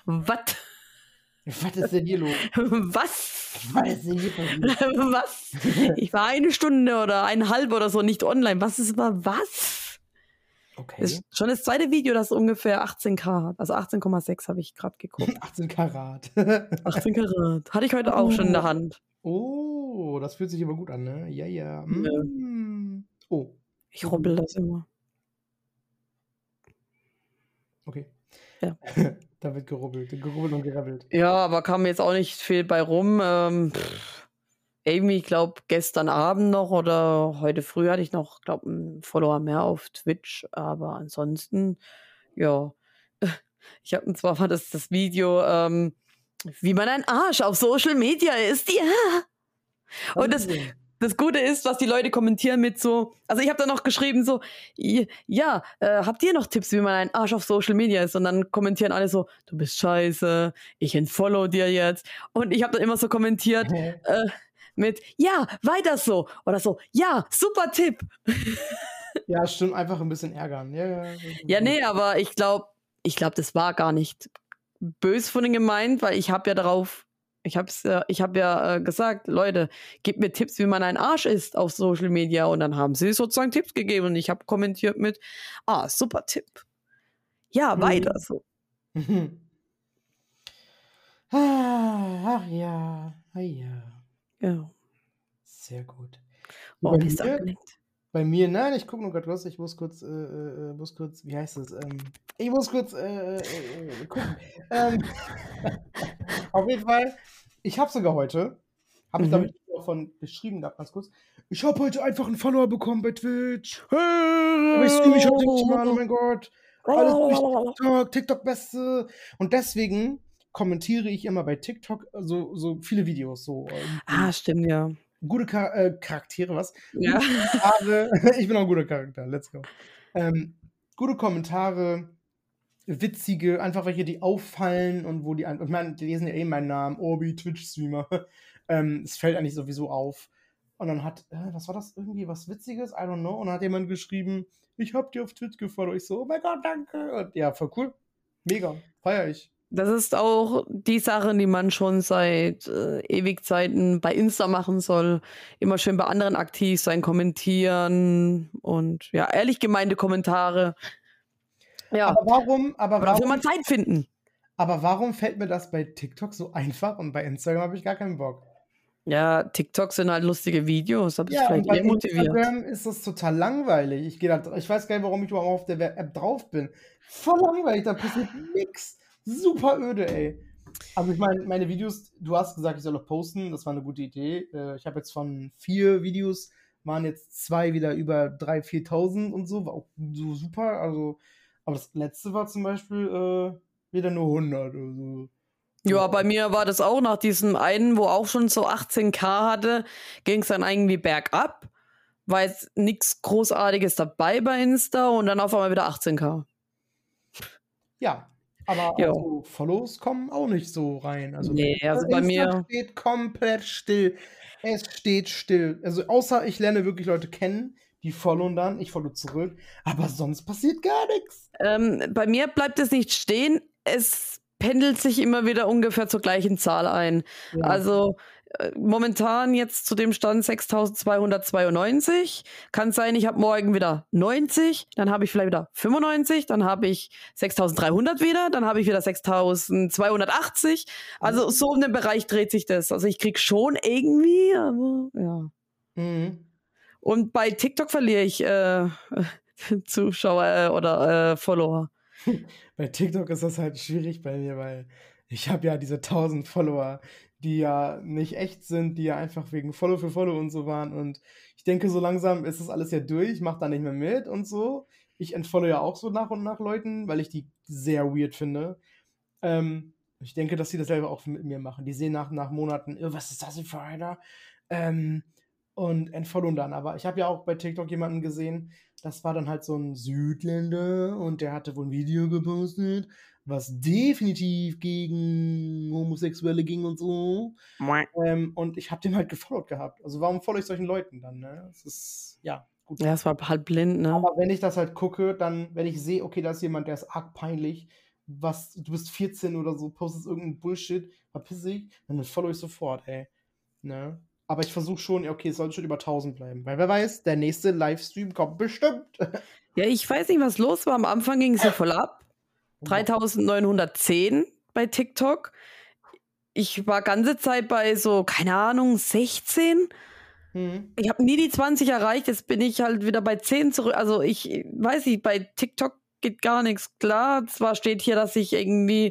Was ist denn hier los? Was? Was ist denn hier passiert? Was? Ich war 1 Stunde oder 1,5 oder so nicht online. Was ist aber was? Okay. Das ist schon das zweite Video, das ungefähr 18K hat. Also 18,6 habe ich gerade geguckt. 18 Karat. 18 Karat. Hatte ich heute auch schon in der Hand. Oh, das fühlt sich aber gut an, ne? Ja, ja. Oh. Ich rubbel das immer. Okay. Ja. Da wird gerubbelt und gerabbelt. Ja, aber kam jetzt auch nicht viel bei rum. Irgendwie, ich glaube, gestern Abend noch oder heute früh hatte ich noch, glaube einen Follower mehr auf Twitch. Aber ansonsten, ja. Ich habe zwar war das Video, wie man ein Arsch auf Social Media ist. Ja. Und das Gute ist, was die Leute kommentieren mit so, also ich habe da noch geschrieben so, ja, habt ihr noch Tipps, wie man ein Arsch auf Social Media ist? Und dann kommentieren alle so, du bist scheiße, ich entfollow dir jetzt. Und ich habe dann immer so kommentiert mit, ja, weiter so. Oder so, ja, super Tipp. Ja, stimmt, einfach ein bisschen ärgern. Ja, nee, aber ich glaube, das war gar nicht böse von ihnen gemeint, weil ich habe ja gesagt, Leute, gebt mir Tipps, wie man ein Arsch ist auf Social Media. Und dann haben sie sozusagen Tipps gegeben und ich habe kommentiert mit, super Tipp. Ja, weiter so. Ach ja, Ja. sehr gut. Oh, bist du abgelenkt? Bei mir, nein, ich gucke nur gerade was, ich muss kurz, wie heißt das? Ich muss kurz gucken. Auf jeden Fall, ich habe sogar heute, habe ich glaube ich davon beschrieben gehabt, ganz kurz, ich habe heute einfach einen Follower bekommen bei Twitch. Aber ich streame mich heute nicht mal, oh mein Gott. Alles durch TikTok Beste. Und deswegen kommentiere ich immer bei TikTok so viele Videos. So, stimmt, ja. gute Charaktere, was? Ja. Ich bin auch ein guter Charakter, let's go. Gute Kommentare, witzige, einfach welche, die auffallen und wo die lesen ja eh meinen Namen, Orbi, Twitch-Streamer. Es fällt eigentlich sowieso auf. Und dann was war das? Irgendwie was Witziges? I don't know. Und dann hat jemand geschrieben, ich hab dir auf Twitch gefolgt. Ich so, oh mein Gott, danke. Und ja, voll cool. Mega. Feier ich. Das ist auch die Sache, die man schon seit Ewigzeiten bei Insta machen soll. Immer schön bei anderen aktiv sein, kommentieren und ja, ehrlich gemeinte Kommentare. Ja. Aber warum? Dafür mal Zeit finden. Aber warum fällt mir das bei TikTok so einfach und bei Instagram habe ich gar keinen Bock? Ja, TikTok sind halt lustige Videos, da bist du vielleicht bei motiviert. Instagram ist das total langweilig. Ich weiß gar nicht, warum ich überhaupt auf der App drauf bin. Voll langweilig, da passiert nix. Super öde, ey. Also ich meine Videos, du hast gesagt, ich soll noch posten, das war eine gute Idee. Ich habe jetzt von 4 Videos, waren jetzt 2 wieder über 3.000, 4.000 und so, war auch so super. Also, aber das letzte war zum Beispiel wieder nur 100 oder so. Ja, bei mir war das auch nach diesem einen, wo auch schon so 18.000 hatte, ging es dann irgendwie bergab, weil es nichts Großartiges dabei bei Insta und dann auf einmal wieder 18.000. Ja, aber Ja. also Follows kommen auch nicht so rein. Also, Nee, also bei mir steht komplett still. Es steht still. Also außer ich lerne wirklich Leute kennen, die followen dann, ich follow zurück, aber sonst passiert gar nichts. Bei mir bleibt es nicht stehen, es pendelt sich immer wieder ungefähr zur gleichen Zahl ein. Ja. Also momentan jetzt zu dem Stand 6.292. Kann sein, ich habe morgen wieder 90, dann habe ich vielleicht wieder 95, dann habe ich 6.300 wieder, dann habe ich wieder 6.280. Also so in dem Bereich dreht sich das. Also ich krieg schon irgendwie, aber ja. Und bei TikTok verliere ich Zuschauer oder Follower. Bei TikTok ist das halt schwierig bei mir, weil ich habe ja diese 1000 Follower, die ja nicht echt sind, die ja einfach wegen Follow für Follow und so waren. Und ich denke, so langsam ist das alles ja durch, ich mache da nicht mehr mit und so. Ich entfollow ja auch so nach und nach Leuten, weil ich die sehr weird finde. Ich denke, dass sie das selber auch mit mir machen. Die sehen nach Monaten, was ist das denn für einer? Und entfollowen dann. Aber ich habe ja auch bei TikTok jemanden gesehen, das war dann halt so ein Südländer und der hatte wohl ein Video gepostet, was definitiv gegen Homosexuelle ging und so. Und ich habe den halt gefollowt gehabt. Also warum follow ich solchen Leuten dann, ne? Das ist, ja, gut. Ja, es war halt blind, ne? Aber wenn ich das halt gucke, dann, wenn ich sehe, okay, da ist jemand, der ist arg peinlich, du bist 14 oder so, postest irgendeinen Bullshit, verpiss dich, dann follow ich sofort, ey. Ne? Aber ich versuche schon, okay, es sollte schon über 1000 bleiben. Weil wer weiß, der nächste Livestream kommt bestimmt. Ja, ich weiß nicht, was los war. Am Anfang ging es ja voll ab. 3.910 bei TikTok. Ich war ganze Zeit bei so, keine Ahnung, 16. Ich habe nie die 20 erreicht. Jetzt bin ich halt wieder bei 10 zurück. Also ich weiß nicht, bei TikTok geht gar nichts. Klar, zwar steht hier, dass ich irgendwie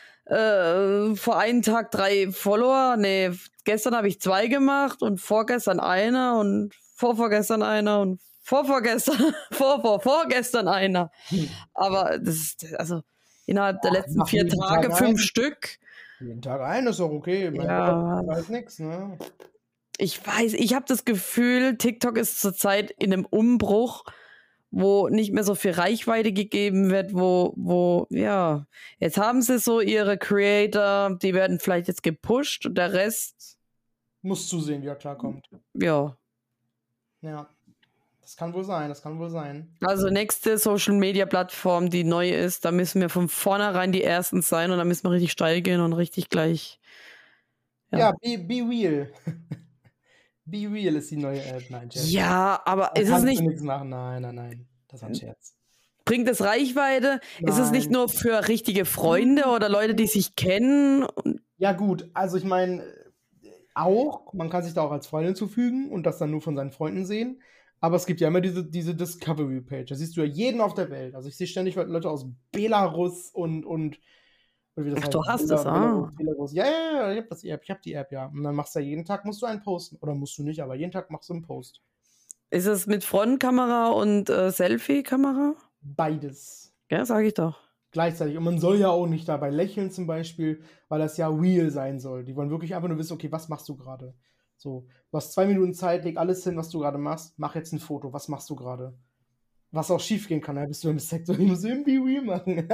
vor einem Tag 3 Follower, nee, gestern habe ich 2 gemacht und vorgestern einer und vorvorgestern einer und vorvorgestern einer. Aber das ist, also innerhalb der letzten 4 Tage 5 Stück. Jeden Tag ein ist auch okay. Ja. Das ist nix, ne? Ich weiß, ich habe das Gefühl, TikTok ist zurzeit in einem Umbruch, wo nicht mehr so viel Reichweite gegeben wird, ja, jetzt haben sie so ihre Creator, die werden vielleicht jetzt gepusht und der Rest muss zusehen, wie er klarkommt. Ja. Ja, das kann wohl sein. Also nächste Social-Media-Plattform, die neu ist, da müssen wir von vornherein die Ersten sein und da müssen wir richtig steil gehen und richtig gleich. Ja, Be Real. Be Real ist die neue App. Nein, Scherz. Ja, aber Da ist es kannst du nicht, nichts machen. Nein. Das war ein Scherz. bringt es Reichweite? Ist es nicht Nein. nur für richtige Freunde oder Leute, die sich kennen? Ja, gut, also ich meine, man kann sich da auch als Freund hinzufügen und das dann nur von seinen Freunden sehen. Aber es gibt ja immer diese Discovery-Page. Da siehst du ja jeden auf der Welt. Also ich sehe ständig Leute aus Belarus und oder wie das Ach, heißt. du hast es, Belarus. Ja, ich hab die App, ja. Und dann machst du ja jeden Tag, musst du einen posten. Oder musst du nicht, aber jeden Tag machst du einen Post. Ist es mit Frontkamera und Selfie-Kamera? Beides. Ja, sag ich doch. Gleichzeitig. Und man soll ja auch nicht dabei lächeln zum Beispiel, weil das ja real sein soll. Die wollen wirklich einfach nur wissen, okay, was machst du gerade? So, du hast 2 Minuten Zeit, leg alles hin, was du gerade machst, mach jetzt ein Foto, was machst du gerade? Was auch schief gehen kann, bist du im Sektor, du musst irgendwie real machen.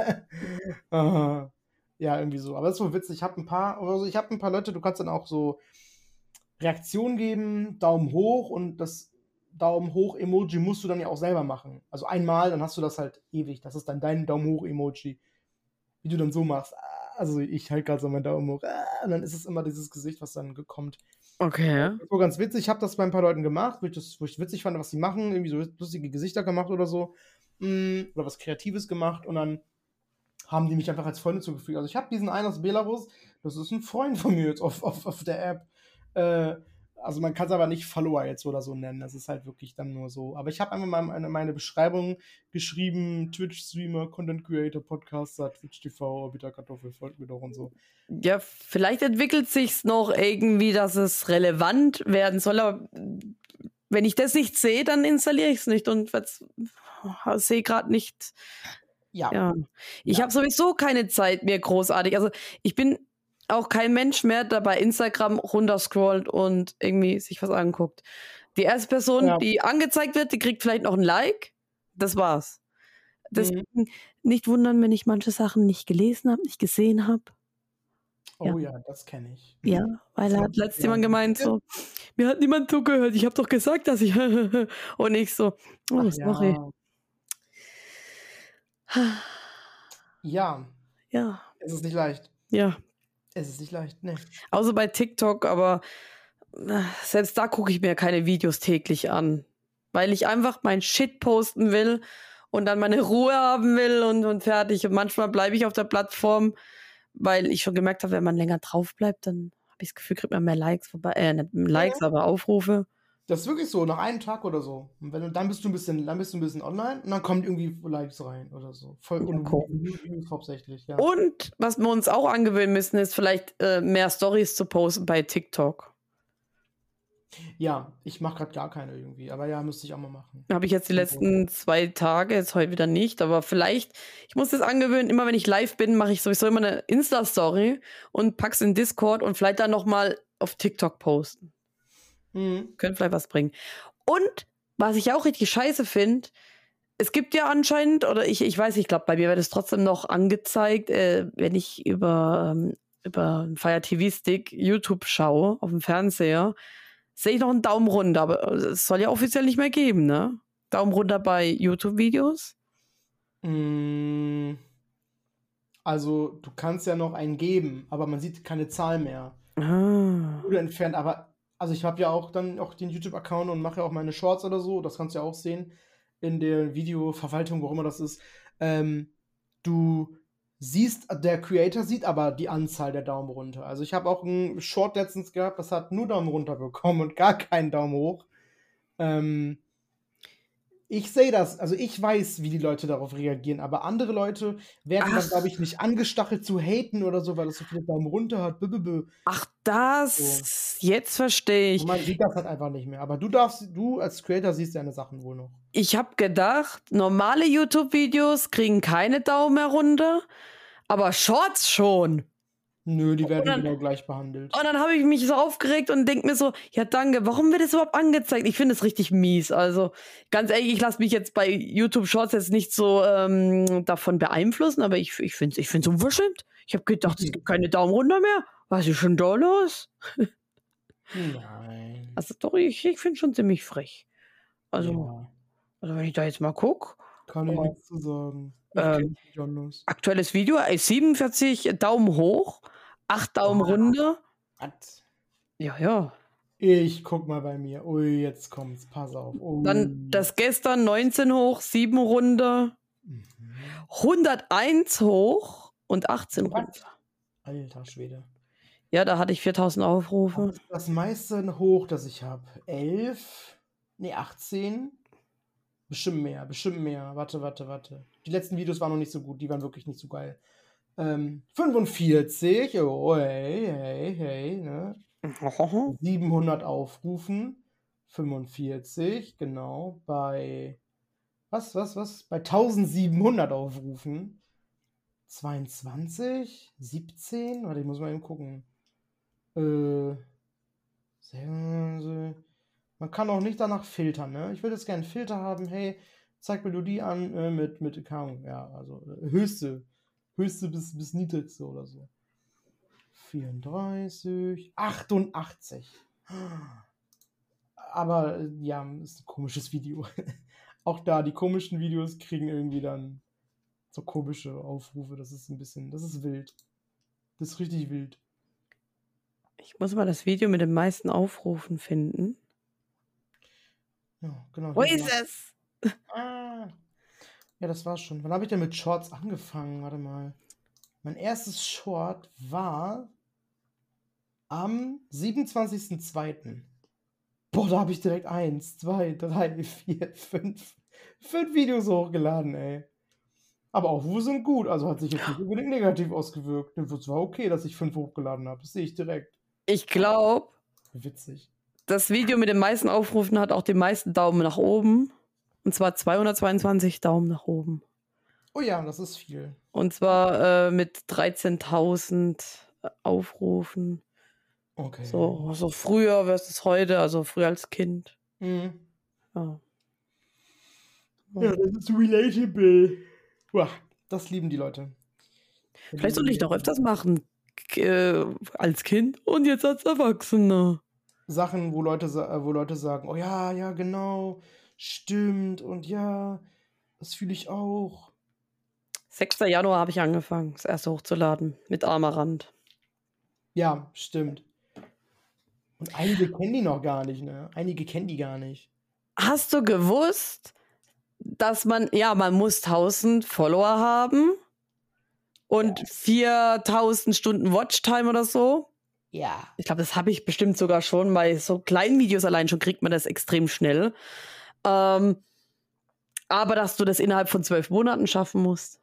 Ja, irgendwie so. Aber das ist wohl witzig. Ich habe ein paar Leute, du kannst dann auch so Reaktionen geben, Daumen hoch und das Daumen hoch Emoji musst du dann ja auch selber machen. Also einmal, dann hast du das halt ewig. Das ist dann dein Daumen hoch Emoji. Wie du dann so machst. Also ich halt gerade so meinen Daumen hoch. Und dann ist es immer dieses Gesicht, was dann kommt. Okay. Das war ganz witzig. Ich habe das bei ein paar Leuten gemacht, wo ich witzig fand, was sie machen. Irgendwie so lustige Gesichter gemacht oder so. Oder was Kreatives gemacht. Und dann haben die mich einfach als Freunde zugefügt. Also ich habe diesen einen aus Belarus. Das ist ein Freund von mir jetzt auf der App. Also man kann es aber nicht Follower jetzt oder so nennen. Das ist halt wirklich dann nur so. Aber ich habe einfach mal meine Beschreibung geschrieben: Twitch-Streamer, Content Creator, Podcaster, Twitch TV, Bitterkartoffel, folgt mir doch und so. Ja, vielleicht entwickelt sich's noch irgendwie, dass es relevant werden soll, aber wenn ich das nicht sehe, dann installiere ich es nicht und sehe gerade nicht. Ja. Ich habe sowieso keine Zeit mehr großartig. Also ich bin auch kein Mensch mehr, der bei Instagram runterscrollt und irgendwie sich was anguckt. Die erste Person, die angezeigt wird, die kriegt vielleicht noch ein Like. Das war's. Deswegen nicht wundern, wenn ich manche Sachen nicht gelesen habe, nicht gesehen habe. Oh ja, das kenne ich. Ja, weil hat letztes jemand gemeint so, mir hat niemand zugehört, ich habe doch gesagt, dass ich und ich so, oh, sorry. Ja. Es ist nicht leicht. Ja. Es ist nicht leicht, ne. Außer bei TikTok, aber selbst da gucke ich mir keine Videos täglich an, weil ich einfach mein Shit posten will und dann meine Ruhe haben will und fertig. Und manchmal bleibe ich auf der Plattform, weil ich schon gemerkt habe, wenn man länger drauf bleibt, dann habe ich das Gefühl, kriegt man mehr Likes vorbei, nicht Likes, aber Aufrufe. Das ist wirklich so, nach einem Tag oder so. Und dann bist du ein bisschen online und dann kommen irgendwie Likes rein oder so. Voll hauptsächlich, ja. Und was wir uns auch angewöhnen müssen, ist vielleicht mehr Stories zu posten bei TikTok. Ja, ich mache gerade gar keine irgendwie, aber ja, müsste ich auch mal machen. Habe ich jetzt die letzten 2 Tage, jetzt heute wieder nicht, aber vielleicht, ich muss das angewöhnen, immer wenn ich live bin, mache ich sowieso immer eine Insta-Story und pack's in Discord und vielleicht dann nochmal auf TikTok posten. Könnte vielleicht was bringen. Und, was ich auch richtig scheiße finde, es gibt ja anscheinend, oder ich weiß nicht, ich glaube, bei mir wird es trotzdem noch angezeigt, wenn ich über einen Fire TV-Stick YouTube schaue, auf dem Fernseher, sehe ich noch einen Daumen runter, aber es soll ja offiziell nicht mehr geben, ne? Daumen runter bei YouTube-Videos? Also, du kannst ja noch einen geben, aber man sieht keine Zahl mehr. Oder entfernt, aber also ich habe ja auch dann den YouTube-Account und mache ja auch meine Shorts oder so, das kannst du ja auch sehen in der Videoverwaltung, wo immer das ist. Du siehst, der Creator sieht aber die Anzahl der Daumen runter. Also ich habe auch einen Short letztens gehabt, das hat nur Daumen runter bekommen und gar keinen Daumen hoch. Ich sehe das, also ich weiß, wie die Leute darauf reagieren, aber andere Leute werden dann, glaube ich, nicht angestachelt zu haten oder so, weil es so viele Daumen runter hat. Ach, das, jetzt verstehe ich. Und man sieht das halt einfach nicht mehr. Aber du als Creator siehst deine Sachen wohl noch. Ich habe gedacht, normale YouTube-Videos kriegen keine Daumen mehr runter, aber Shorts schon. Nö, die Und werden dann, genau gleich behandelt. und dann habe ich mich so aufgeregt und denke mir so, ja danke, warum wird das überhaupt angezeigt? Ich finde es richtig mies. Also ganz ehrlich, ich lasse mich jetzt bei YouTube Shorts jetzt nicht so davon beeinflussen, aber ich finde es unverschämt. Ich habe gedacht, es gibt keine Daumen runter mehr. Was ist schon da los? Nein. Also doch, ich finde schon ziemlich frech. Also, Ja, also wenn ich da jetzt mal gucke, kann ich nichts zu sagen. Ich ähm, kenne nicht anders. aktuelles Video, 47 Daumen hoch, 8 Daumen runter. Was? Ja, ja. Ich guck mal bei mir. Ui, jetzt kommt's. Pass auf. Dann das gestern 19 hoch, 7 runter, 101 hoch und 18 Was? runter. Alter Schwede. Ja, da hatte ich 4000 Aufrufe. Das ist das meiste hoch, das ich habe. 11? Nee, 18? Bestimmt mehr. Warte. Die letzten Videos waren noch nicht so gut. Die waren wirklich nicht so geil. 45. Oh, hey, ne? 700 Aufrufen. 45, genau. Bei was? Bei 1700 Aufrufen. 22? 17? Warte, ich muss mal eben gucken. Man kann auch nicht danach filtern, ne? Ich würde jetzt gerne einen Filter haben, hey, zeig mir nur die an mit Account. Ja, also höchste bis niedrigste oder so. 34, 88. Aber ja, ist ein komisches Video. Auch da, die komischen Videos kriegen irgendwie dann so komische Aufrufe. Das ist wild. Das ist richtig wild. Ich muss mal das Video mit den meisten Aufrufen finden. Ja, genau. Wo ist es? Ah. Ja, das war's schon. Wann habe ich denn mit Shorts angefangen? Warte mal. Mein erstes Short war am 27.02. Boah, da habe ich direkt 1, 2, 3, 4, 5 Videos hochgeladen, ey. Aber Aufrufe sind gut, also hat sich jetzt nicht unbedingt negativ ausgewirkt. Es war okay, dass ich 5 hochgeladen habe. Das sehe ich direkt. Ich glaube, Witzig. das Video mit den meisten Aufrufen hat auch die meisten Daumen nach oben. Und zwar 222 Daumen nach oben. Oh ja, das ist viel. Und zwar mit 13.000 Aufrufen. Okay. So früher versus heute, also früher als Kind. Mhm. Ja. Ja, das ist relatable. Uah, das lieben die Leute. Vielleicht sollte ich doch öfters machen. Als Kind und jetzt als Erwachsener. Sachen, wo Leute sagen, oh ja, genau, stimmt und ja, das fühle ich auch. 6. Januar habe ich angefangen, das erste hochzuladen mit Armarand. Ja, stimmt. Und einige kennen die noch gar nicht, ne? Einige kennen die gar nicht. Hast du gewusst, dass man muss 1000 Follower haben und 4000 Stunden Watchtime oder so? Ja. Ich glaube, das habe ich bestimmt sogar schon. Bei so kleinen Videos allein schon kriegt man das extrem schnell. Aber dass du das innerhalb von 12 Monaten schaffen musst.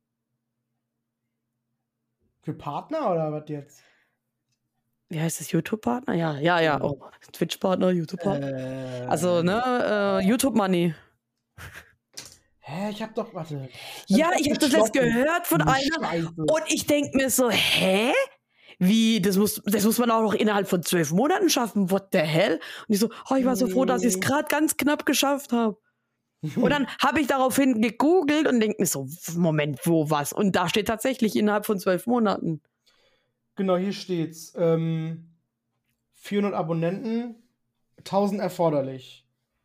Für Partner oder was jetzt? Wie heißt das? YouTube-Partner? Ja. Oh, Twitch-Partner, YouTube-Partner. Also, ne, YouTube-Money. Hä, ich hab doch, warte. Ja, ich habe das jetzt gehört von einer. Und ich denke mir so, hä? Wie, das muss man auch noch innerhalb von 12 Monaten schaffen. What the hell? Und ich so, ich war so froh, dass ich es gerade ganz knapp geschafft habe. Und dann habe ich daraufhin gegoogelt und denke mir so, Moment, wo, was? Und da steht tatsächlich innerhalb von 12 Monaten. Genau, hier steht's. 400 Abonnenten, 1000 erforderlich.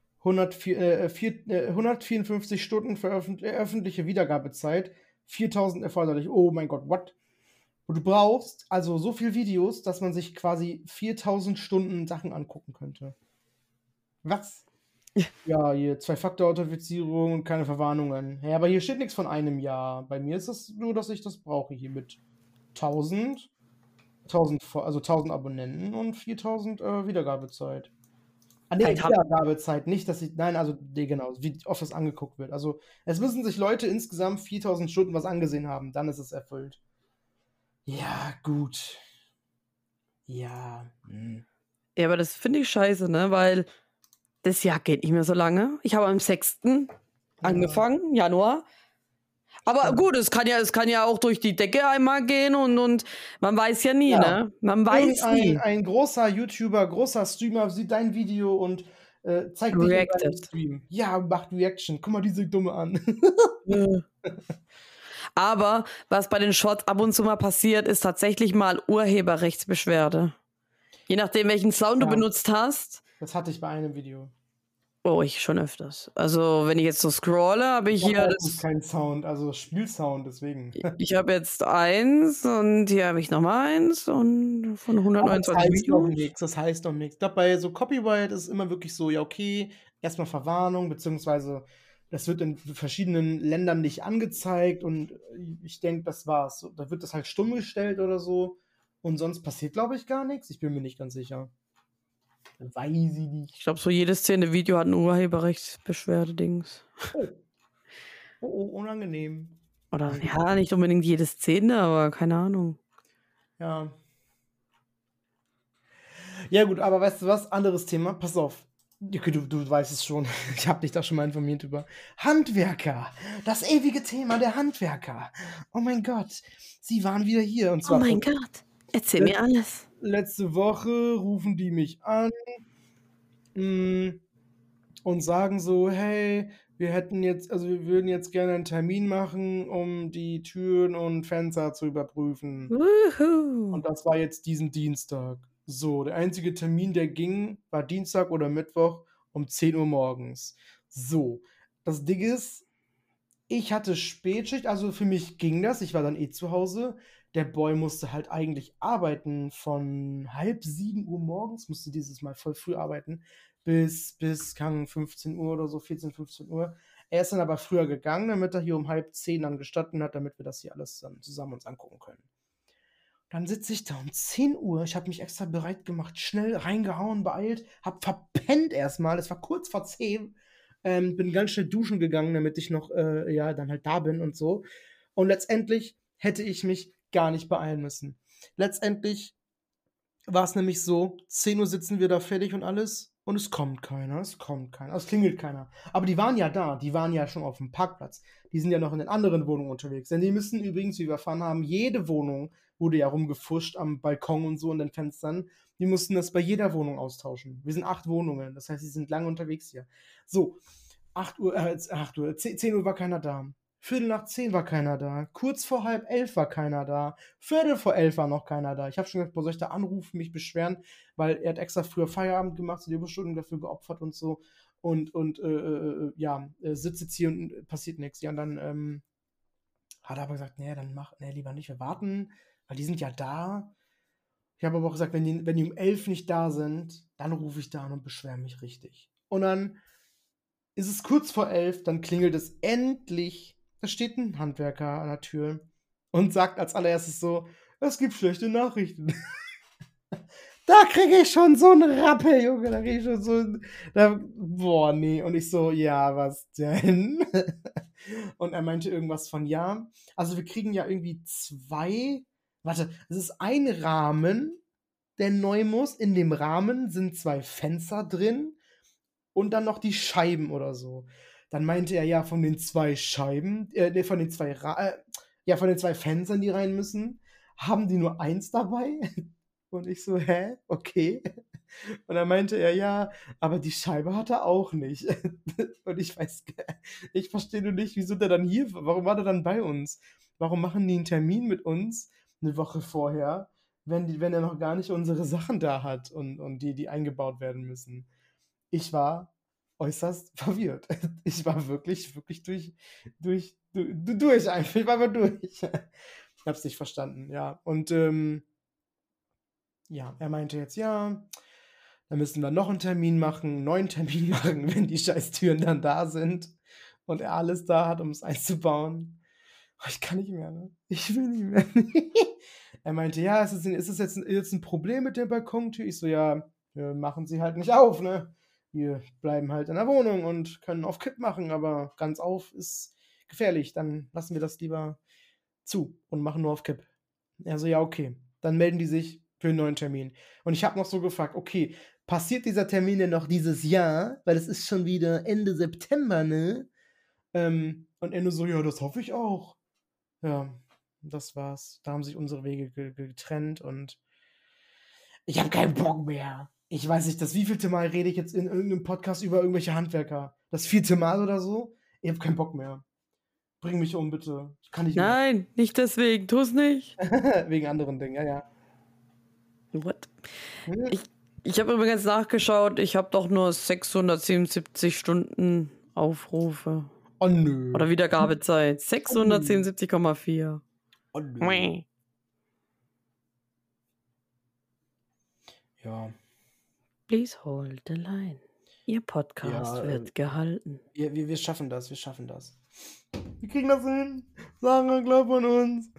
154 Stunden für öffentliche Wiedergabezeit, 4000 erforderlich. Oh mein Gott, what? Und du brauchst also so viel Videos, dass man sich quasi 4000 Stunden Sachen angucken könnte. Was? Ja, hier 2-Faktor-Authentifizierung und keine Verwarnungen. Ja, aber hier steht nichts von einem Jahr. Bei mir ist es nur, dass ich das brauche hier mit 1000 Abonnenten und 4000 Wiedergabezeit. Wiedergabezeit, nicht, dass ich, nein, also, genau, wie oft das angeguckt wird. Also, es müssen sich Leute insgesamt 4000 Stunden was angesehen haben, dann ist es erfüllt. Ja, gut. Ja. Ja, aber das finde ich scheiße, ne, weil das Jahr geht nicht mehr so lange. Ich habe am 6. angefangen, Januar. Aber gut, es kann ja auch durch die Decke einmal gehen und man weiß ja nie, Ja. ne? Man weiß nie. Ein großer YouTuber, großer Streamer sieht dein Video und zeigt dich in seinem Reacted. Stream. Ja, macht Reaction. Guck mal diese Dumme an. Aber was bei den Shorts ab und zu mal passiert, ist tatsächlich mal Urheberrechtsbeschwerde. Je nachdem, welchen Sound du Ja. benutzt hast. Das hatte ich bei einem Video. Oh, ich schon öfters. Also, wenn ich jetzt so scrolle, habe ich hier das. Kein Sound, also Spielsound, deswegen. Ich habe jetzt 1 und hier habe ich nochmal 1 und von 129 Das heißt doch Videos. nichts, das heißt doch nichts. Ich glaube, bei so Copyright ist es immer wirklich so, ja, okay, erstmal Verwarnung, beziehungsweise das wird in verschiedenen Ländern nicht angezeigt und ich denke, das war's. So, da wird das halt stumm gestellt oder so und sonst passiert, glaube ich, gar nichts. Ich bin mir nicht ganz sicher. Weiß ich nicht. Ich glaube, so jedes 10. Video hat ein Urheberrechtsbeschwerde-Dings. Oh, unangenehm. Oder ja, nicht unbedingt jedes 10., aber keine Ahnung. Ja. Ja, gut, aber weißt du was? Anderes Thema. Pass auf. Okay, du weißt es schon. Ich habe dich da schon mal informiert über Handwerker. Das ewige Thema der Handwerker. Oh mein Gott. Sie waren wieder hier. Und zwar Oh mein Gott. Erzähl mir alles. letzte Woche rufen die mich an und sagen so, hey, wir würden jetzt gerne einen Termin machen, um die Türen und Fenster zu überprüfen. Wuhu. Und das war jetzt diesen Dienstag. So, der einzige Termin, der ging, war Dienstag oder Mittwoch um 10 Uhr morgens. So, das Ding ist, ich hatte Spätschicht, also für mich ging das. Ich war dann zu Hause. Der Boy musste halt eigentlich arbeiten von 6:30 Uhr morgens, musste dieses Mal voll früh arbeiten, bis 15 Uhr oder so, 14, 15 Uhr. Er ist dann aber früher gegangen, damit er hier um 9:30 dann gestanden hat, damit wir das hier alles dann zusammen uns angucken können. Dann sitze ich da um 10 Uhr, ich habe mich extra bereit gemacht, schnell reingehauen, beeilt, habe verpennt erstmal, es war kurz vor 10, bin ganz schnell duschen gegangen, damit ich noch, dann halt da bin und so. Und letztendlich hätte ich mich gar nicht beeilen müssen. Letztendlich war es nämlich so, 10 Uhr sitzen wir da fertig und alles und es kommt keiner, es klingelt keiner. Aber die waren ja da, die waren ja schon auf dem Parkplatz. Die sind ja noch in den anderen Wohnungen unterwegs. Denn die müssen übrigens, wie wir erfahren haben, jede Wohnung wurde ja rumgefuscht am Balkon und so in den Fenstern. Die mussten das bei jeder Wohnung austauschen. Wir sind 8 Wohnungen, das heißt, die sind lange unterwegs hier. So, 10 Uhr war keiner da. 10:15 war keiner da. Kurz vor 10:30 war keiner da. 11:15 war noch keiner da. Ich habe schon gesagt, boah, soll ich da anrufen, mich beschweren, weil er hat extra früher Feierabend gemacht, so die Überstunden dafür geopfert und so. Sitzt jetzt hier und passiert nichts. Ja, und dann hat er aber gesagt, nee, lieber nicht, wir warten, weil die sind ja da. Ich habe aber auch gesagt, wenn die um 11 nicht da sind, dann rufe ich da an und beschwere mich richtig. Und dann ist es kurz vor 11, dann klingelt es endlich. Da steht ein Handwerker an der Tür und sagt als allererstes so, es gibt schlechte Nachrichten. Da kriege ich schon so einen Rappel, Junge. Da kriege ich schon so boah, nee. Und ich so, ja, was denn? Und er meinte irgendwas von, ja. Also wir kriegen ja irgendwie es ist ein Rahmen, der neu muss. In dem Rahmen sind 2 Fenster drin und dann noch die Scheiben oder so. Dann meinte er, ja, von den 2 Scheiben, von den 2 Fenstern, die rein müssen, haben die nur 1 dabei? Und ich so, hä? Okay. Und dann meinte er, ja, aber die Scheibe hat er auch nicht. Und ich verstehe nur nicht, wieso der dann hier, warum war der dann bei uns? Warum machen die einen Termin mit uns eine Woche vorher, wenn er noch gar nicht unsere Sachen da hat und die eingebaut werden müssen? Ich war äußerst verwirrt. Ich war wirklich, wirklich durch einfach. Ich war aber durch. Ich hab's nicht verstanden, ja. Und ja, er meinte jetzt, ja, dann müssen wir noch einen Termin machen, einen neuen Termin machen, wenn die scheiß Türen dann da sind und er alles da hat, um es einzubauen. Oh, ich kann nicht mehr, ne? Ich will nicht mehr. Er meinte, ja, ist es jetzt ein Problem mit der Balkontür? Ich so, ja, wir machen sie halt nicht auf, ne? Wir bleiben halt in der Wohnung und können auf Kipp machen, aber ganz auf ist gefährlich. Dann lassen wir das lieber zu und machen nur auf Kipp. Er so, ja, okay. Dann melden die sich für einen neuen Termin. Und ich habe noch so gefragt, okay, passiert dieser Termin denn noch dieses Jahr? Weil es ist schon wieder Ende September, ne? Und er nur so, ja, das hoffe ich auch. Ja, das war's. Da haben sich unsere Wege getrennt und ich habe keinen Bock mehr. Ich weiß nicht, das wievielte Mal rede ich jetzt in irgendeinem Podcast über irgendwelche Handwerker? Das 4. Mal oder so? Ich habe keinen Bock mehr. Bring mich um, bitte. Ich kann nicht mehr. Nein, nicht deswegen. Tu's nicht. Wegen anderen Dingen, ja. What? Hm. Ich habe übrigens nachgeschaut, ich habe doch nur 677 Stunden Aufrufe. Oh nö. Oder Wiedergabezeit. 677,4. Oh nö. Mäh. Ja. Please hold the line. Ihr Podcast Ja, wird gehalten. Wir schaffen das, wir schaffen das. Wir kriegen das hin. Sarah, glaub an uns.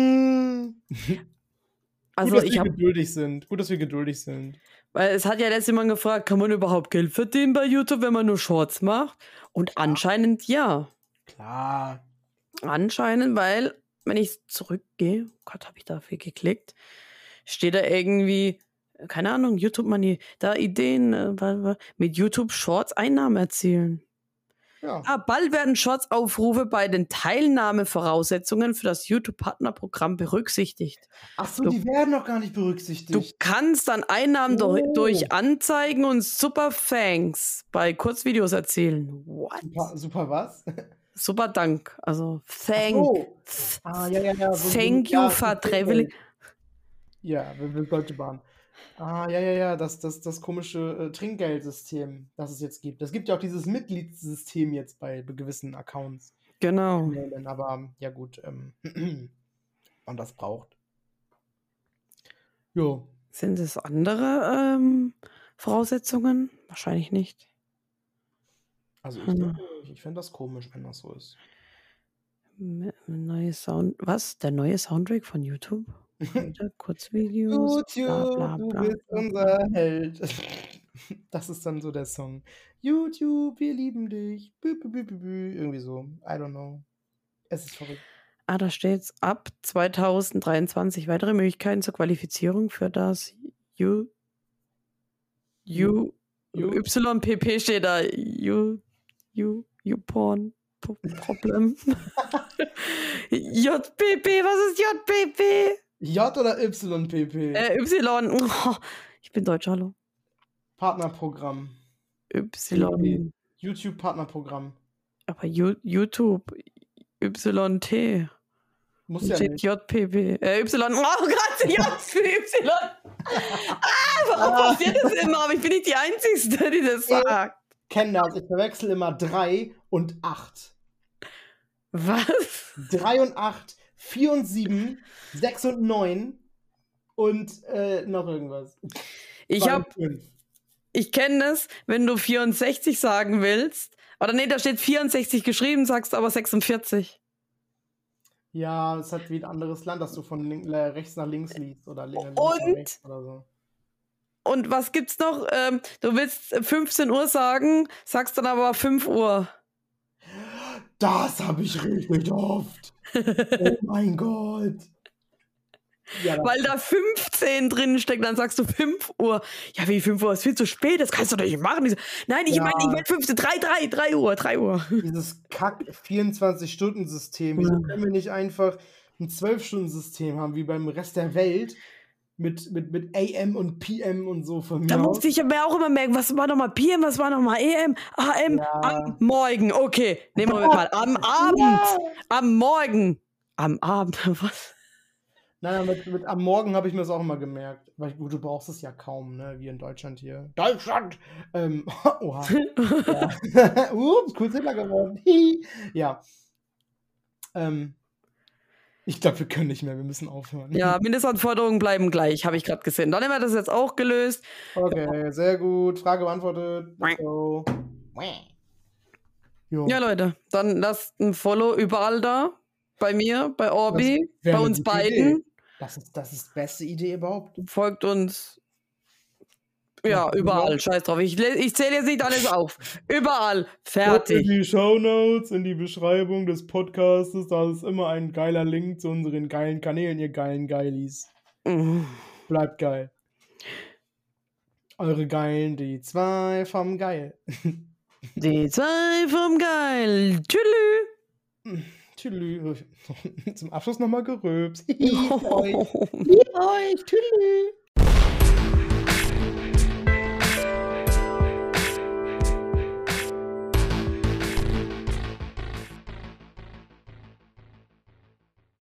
Also Gut, dass ich wir habe, geduldig sind. Gut, dass wir geduldig sind. weil es hat ja letztes Mal gefragt, kann man überhaupt Geld verdienen bei YouTube, wenn man nur Shorts macht? Und anscheinend ja. Klar. Anscheinend, weil, wenn ich zurückgehe, Gott, habe ich dafür geklickt, steht da irgendwie, keine Ahnung, YouTube Money, da Ideen, mit YouTube Shorts Einnahmen erzielen. Ja. Bald werden Shorts-Aufrufe bei den Teilnahmevoraussetzungen für das YouTube-Partnerprogramm berücksichtigt. Ach so, Du- die werden noch gar nicht Du berücksichtigt. kannst dann Einnahmen Oh. durch Anzeigen und Super Thanks bei Kurzvideos erzielen. What? Super was? Super Dank. Also Ach thank. so. Ja. Thank you for das traveling. Ja, wir will Deutsche Bahn. Ja, das komische Trinkgeldsystem, das es jetzt gibt. Es gibt ja auch dieses Mitgliedssystem jetzt bei gewissen Accounts. Genau. Aber ja gut, man das braucht. Jo. Sind es andere Voraussetzungen? Wahrscheinlich nicht. Also ich denke, ich fände das komisch, wenn das so ist. Neue Sound. Was? Der neue Soundtrack von YouTube? Kurzvideos. YouTube, bla, du bla, bist bla. unser Held. Das ist dann so der Song. YouTube, wir lieben dich. Irgendwie so. I don't know. Es ist verrückt. Da steht's ab 2023 weitere Möglichkeiten zur Qualifizierung für das YPP steht da. YouPorn Problem. JPP, was ist JPP? J oder YPP? Y. Oh, ich bin Deutsch, hallo. Partnerprogramm. Y. YouTube Partnerprogramm. Aber YouTube. YT. Muss ja Steht nicht. JPP. Y. Oh, gerade J für Y. Warum passiert das immer? Aber ich bin nicht die Einzige, die das sagt. Kenn das. Ich verwechsel immer 3 und 8. Was? 3 und 8, 4 und 7, 6 und 9 und noch irgendwas. Ich 2 und 5. kenne das, wenn du 64 sagen willst. Oder nee, da steht 64 geschrieben, sagst aber 46. Ja, es hat wie ein anderes Land, dass du von rechts nach links liest oder links nach Und? rechts oder so. Und was gibt's noch? Du willst 15 Uhr sagen, sagst dann aber 5 Uhr. Das habe ich richtig oft. Oh mein Gott. Ja, Weil da 15 drin steckt, dann sagst du 5 Uhr. Ja, wie 5 Uhr? Ist viel zu spät, das kannst du doch nicht machen. Nein, ich meine 15, 3 Uhr. Dieses Kack 24-Stunden-System. Wieso können wir nicht einfach ein 12-Stunden-System haben, wie beim Rest der Welt? Mit AM und PM und so von mir Da aus. musste ich aber auch immer merken, was war nochmal PM, was war nochmal AM, AM, am Morgen. Okay, nehmen wir mal. Am Abend, am Morgen, am Abend, was? Nein, mit am Morgen habe ich mir das auch immer gemerkt. Weil gut, du brauchst es ja kaum, ne? Wie in Deutschland hier. Deutschland! Oha. Ja. Ups, cool Zimmer geworden. Ja. Ich glaube, wir können nicht mehr. Wir müssen aufhören. Ja, Mindestanforderungen bleiben gleich, habe ich gerade gesehen. Dann haben wir das jetzt auch gelöst. Okay, sehr gut. Frage beantwortet. Let's go. Jo. Ja, Leute, dann lasst ein Follow überall da. Bei mir, bei Orbi, wär bei eine uns gute beiden. Idee. Das ist die beste Idee überhaupt. Folgt uns. Ja, überall. Scheiß drauf. Ich zähle jetzt nicht alles auf. Überall. Fertig. In die Shownotes, in die Beschreibung des Podcastes, da ist immer ein geiler Link zu unseren geilen Kanälen, ihr geilen Geilis. Bleibt geil. Eure Geilen, die 2 vom Geil. Die zwei vom Geil. Tschüss. Tschüss. Zum Abschluss nochmal gerülpst. Lieb euch. Lieb euch. Tschüss.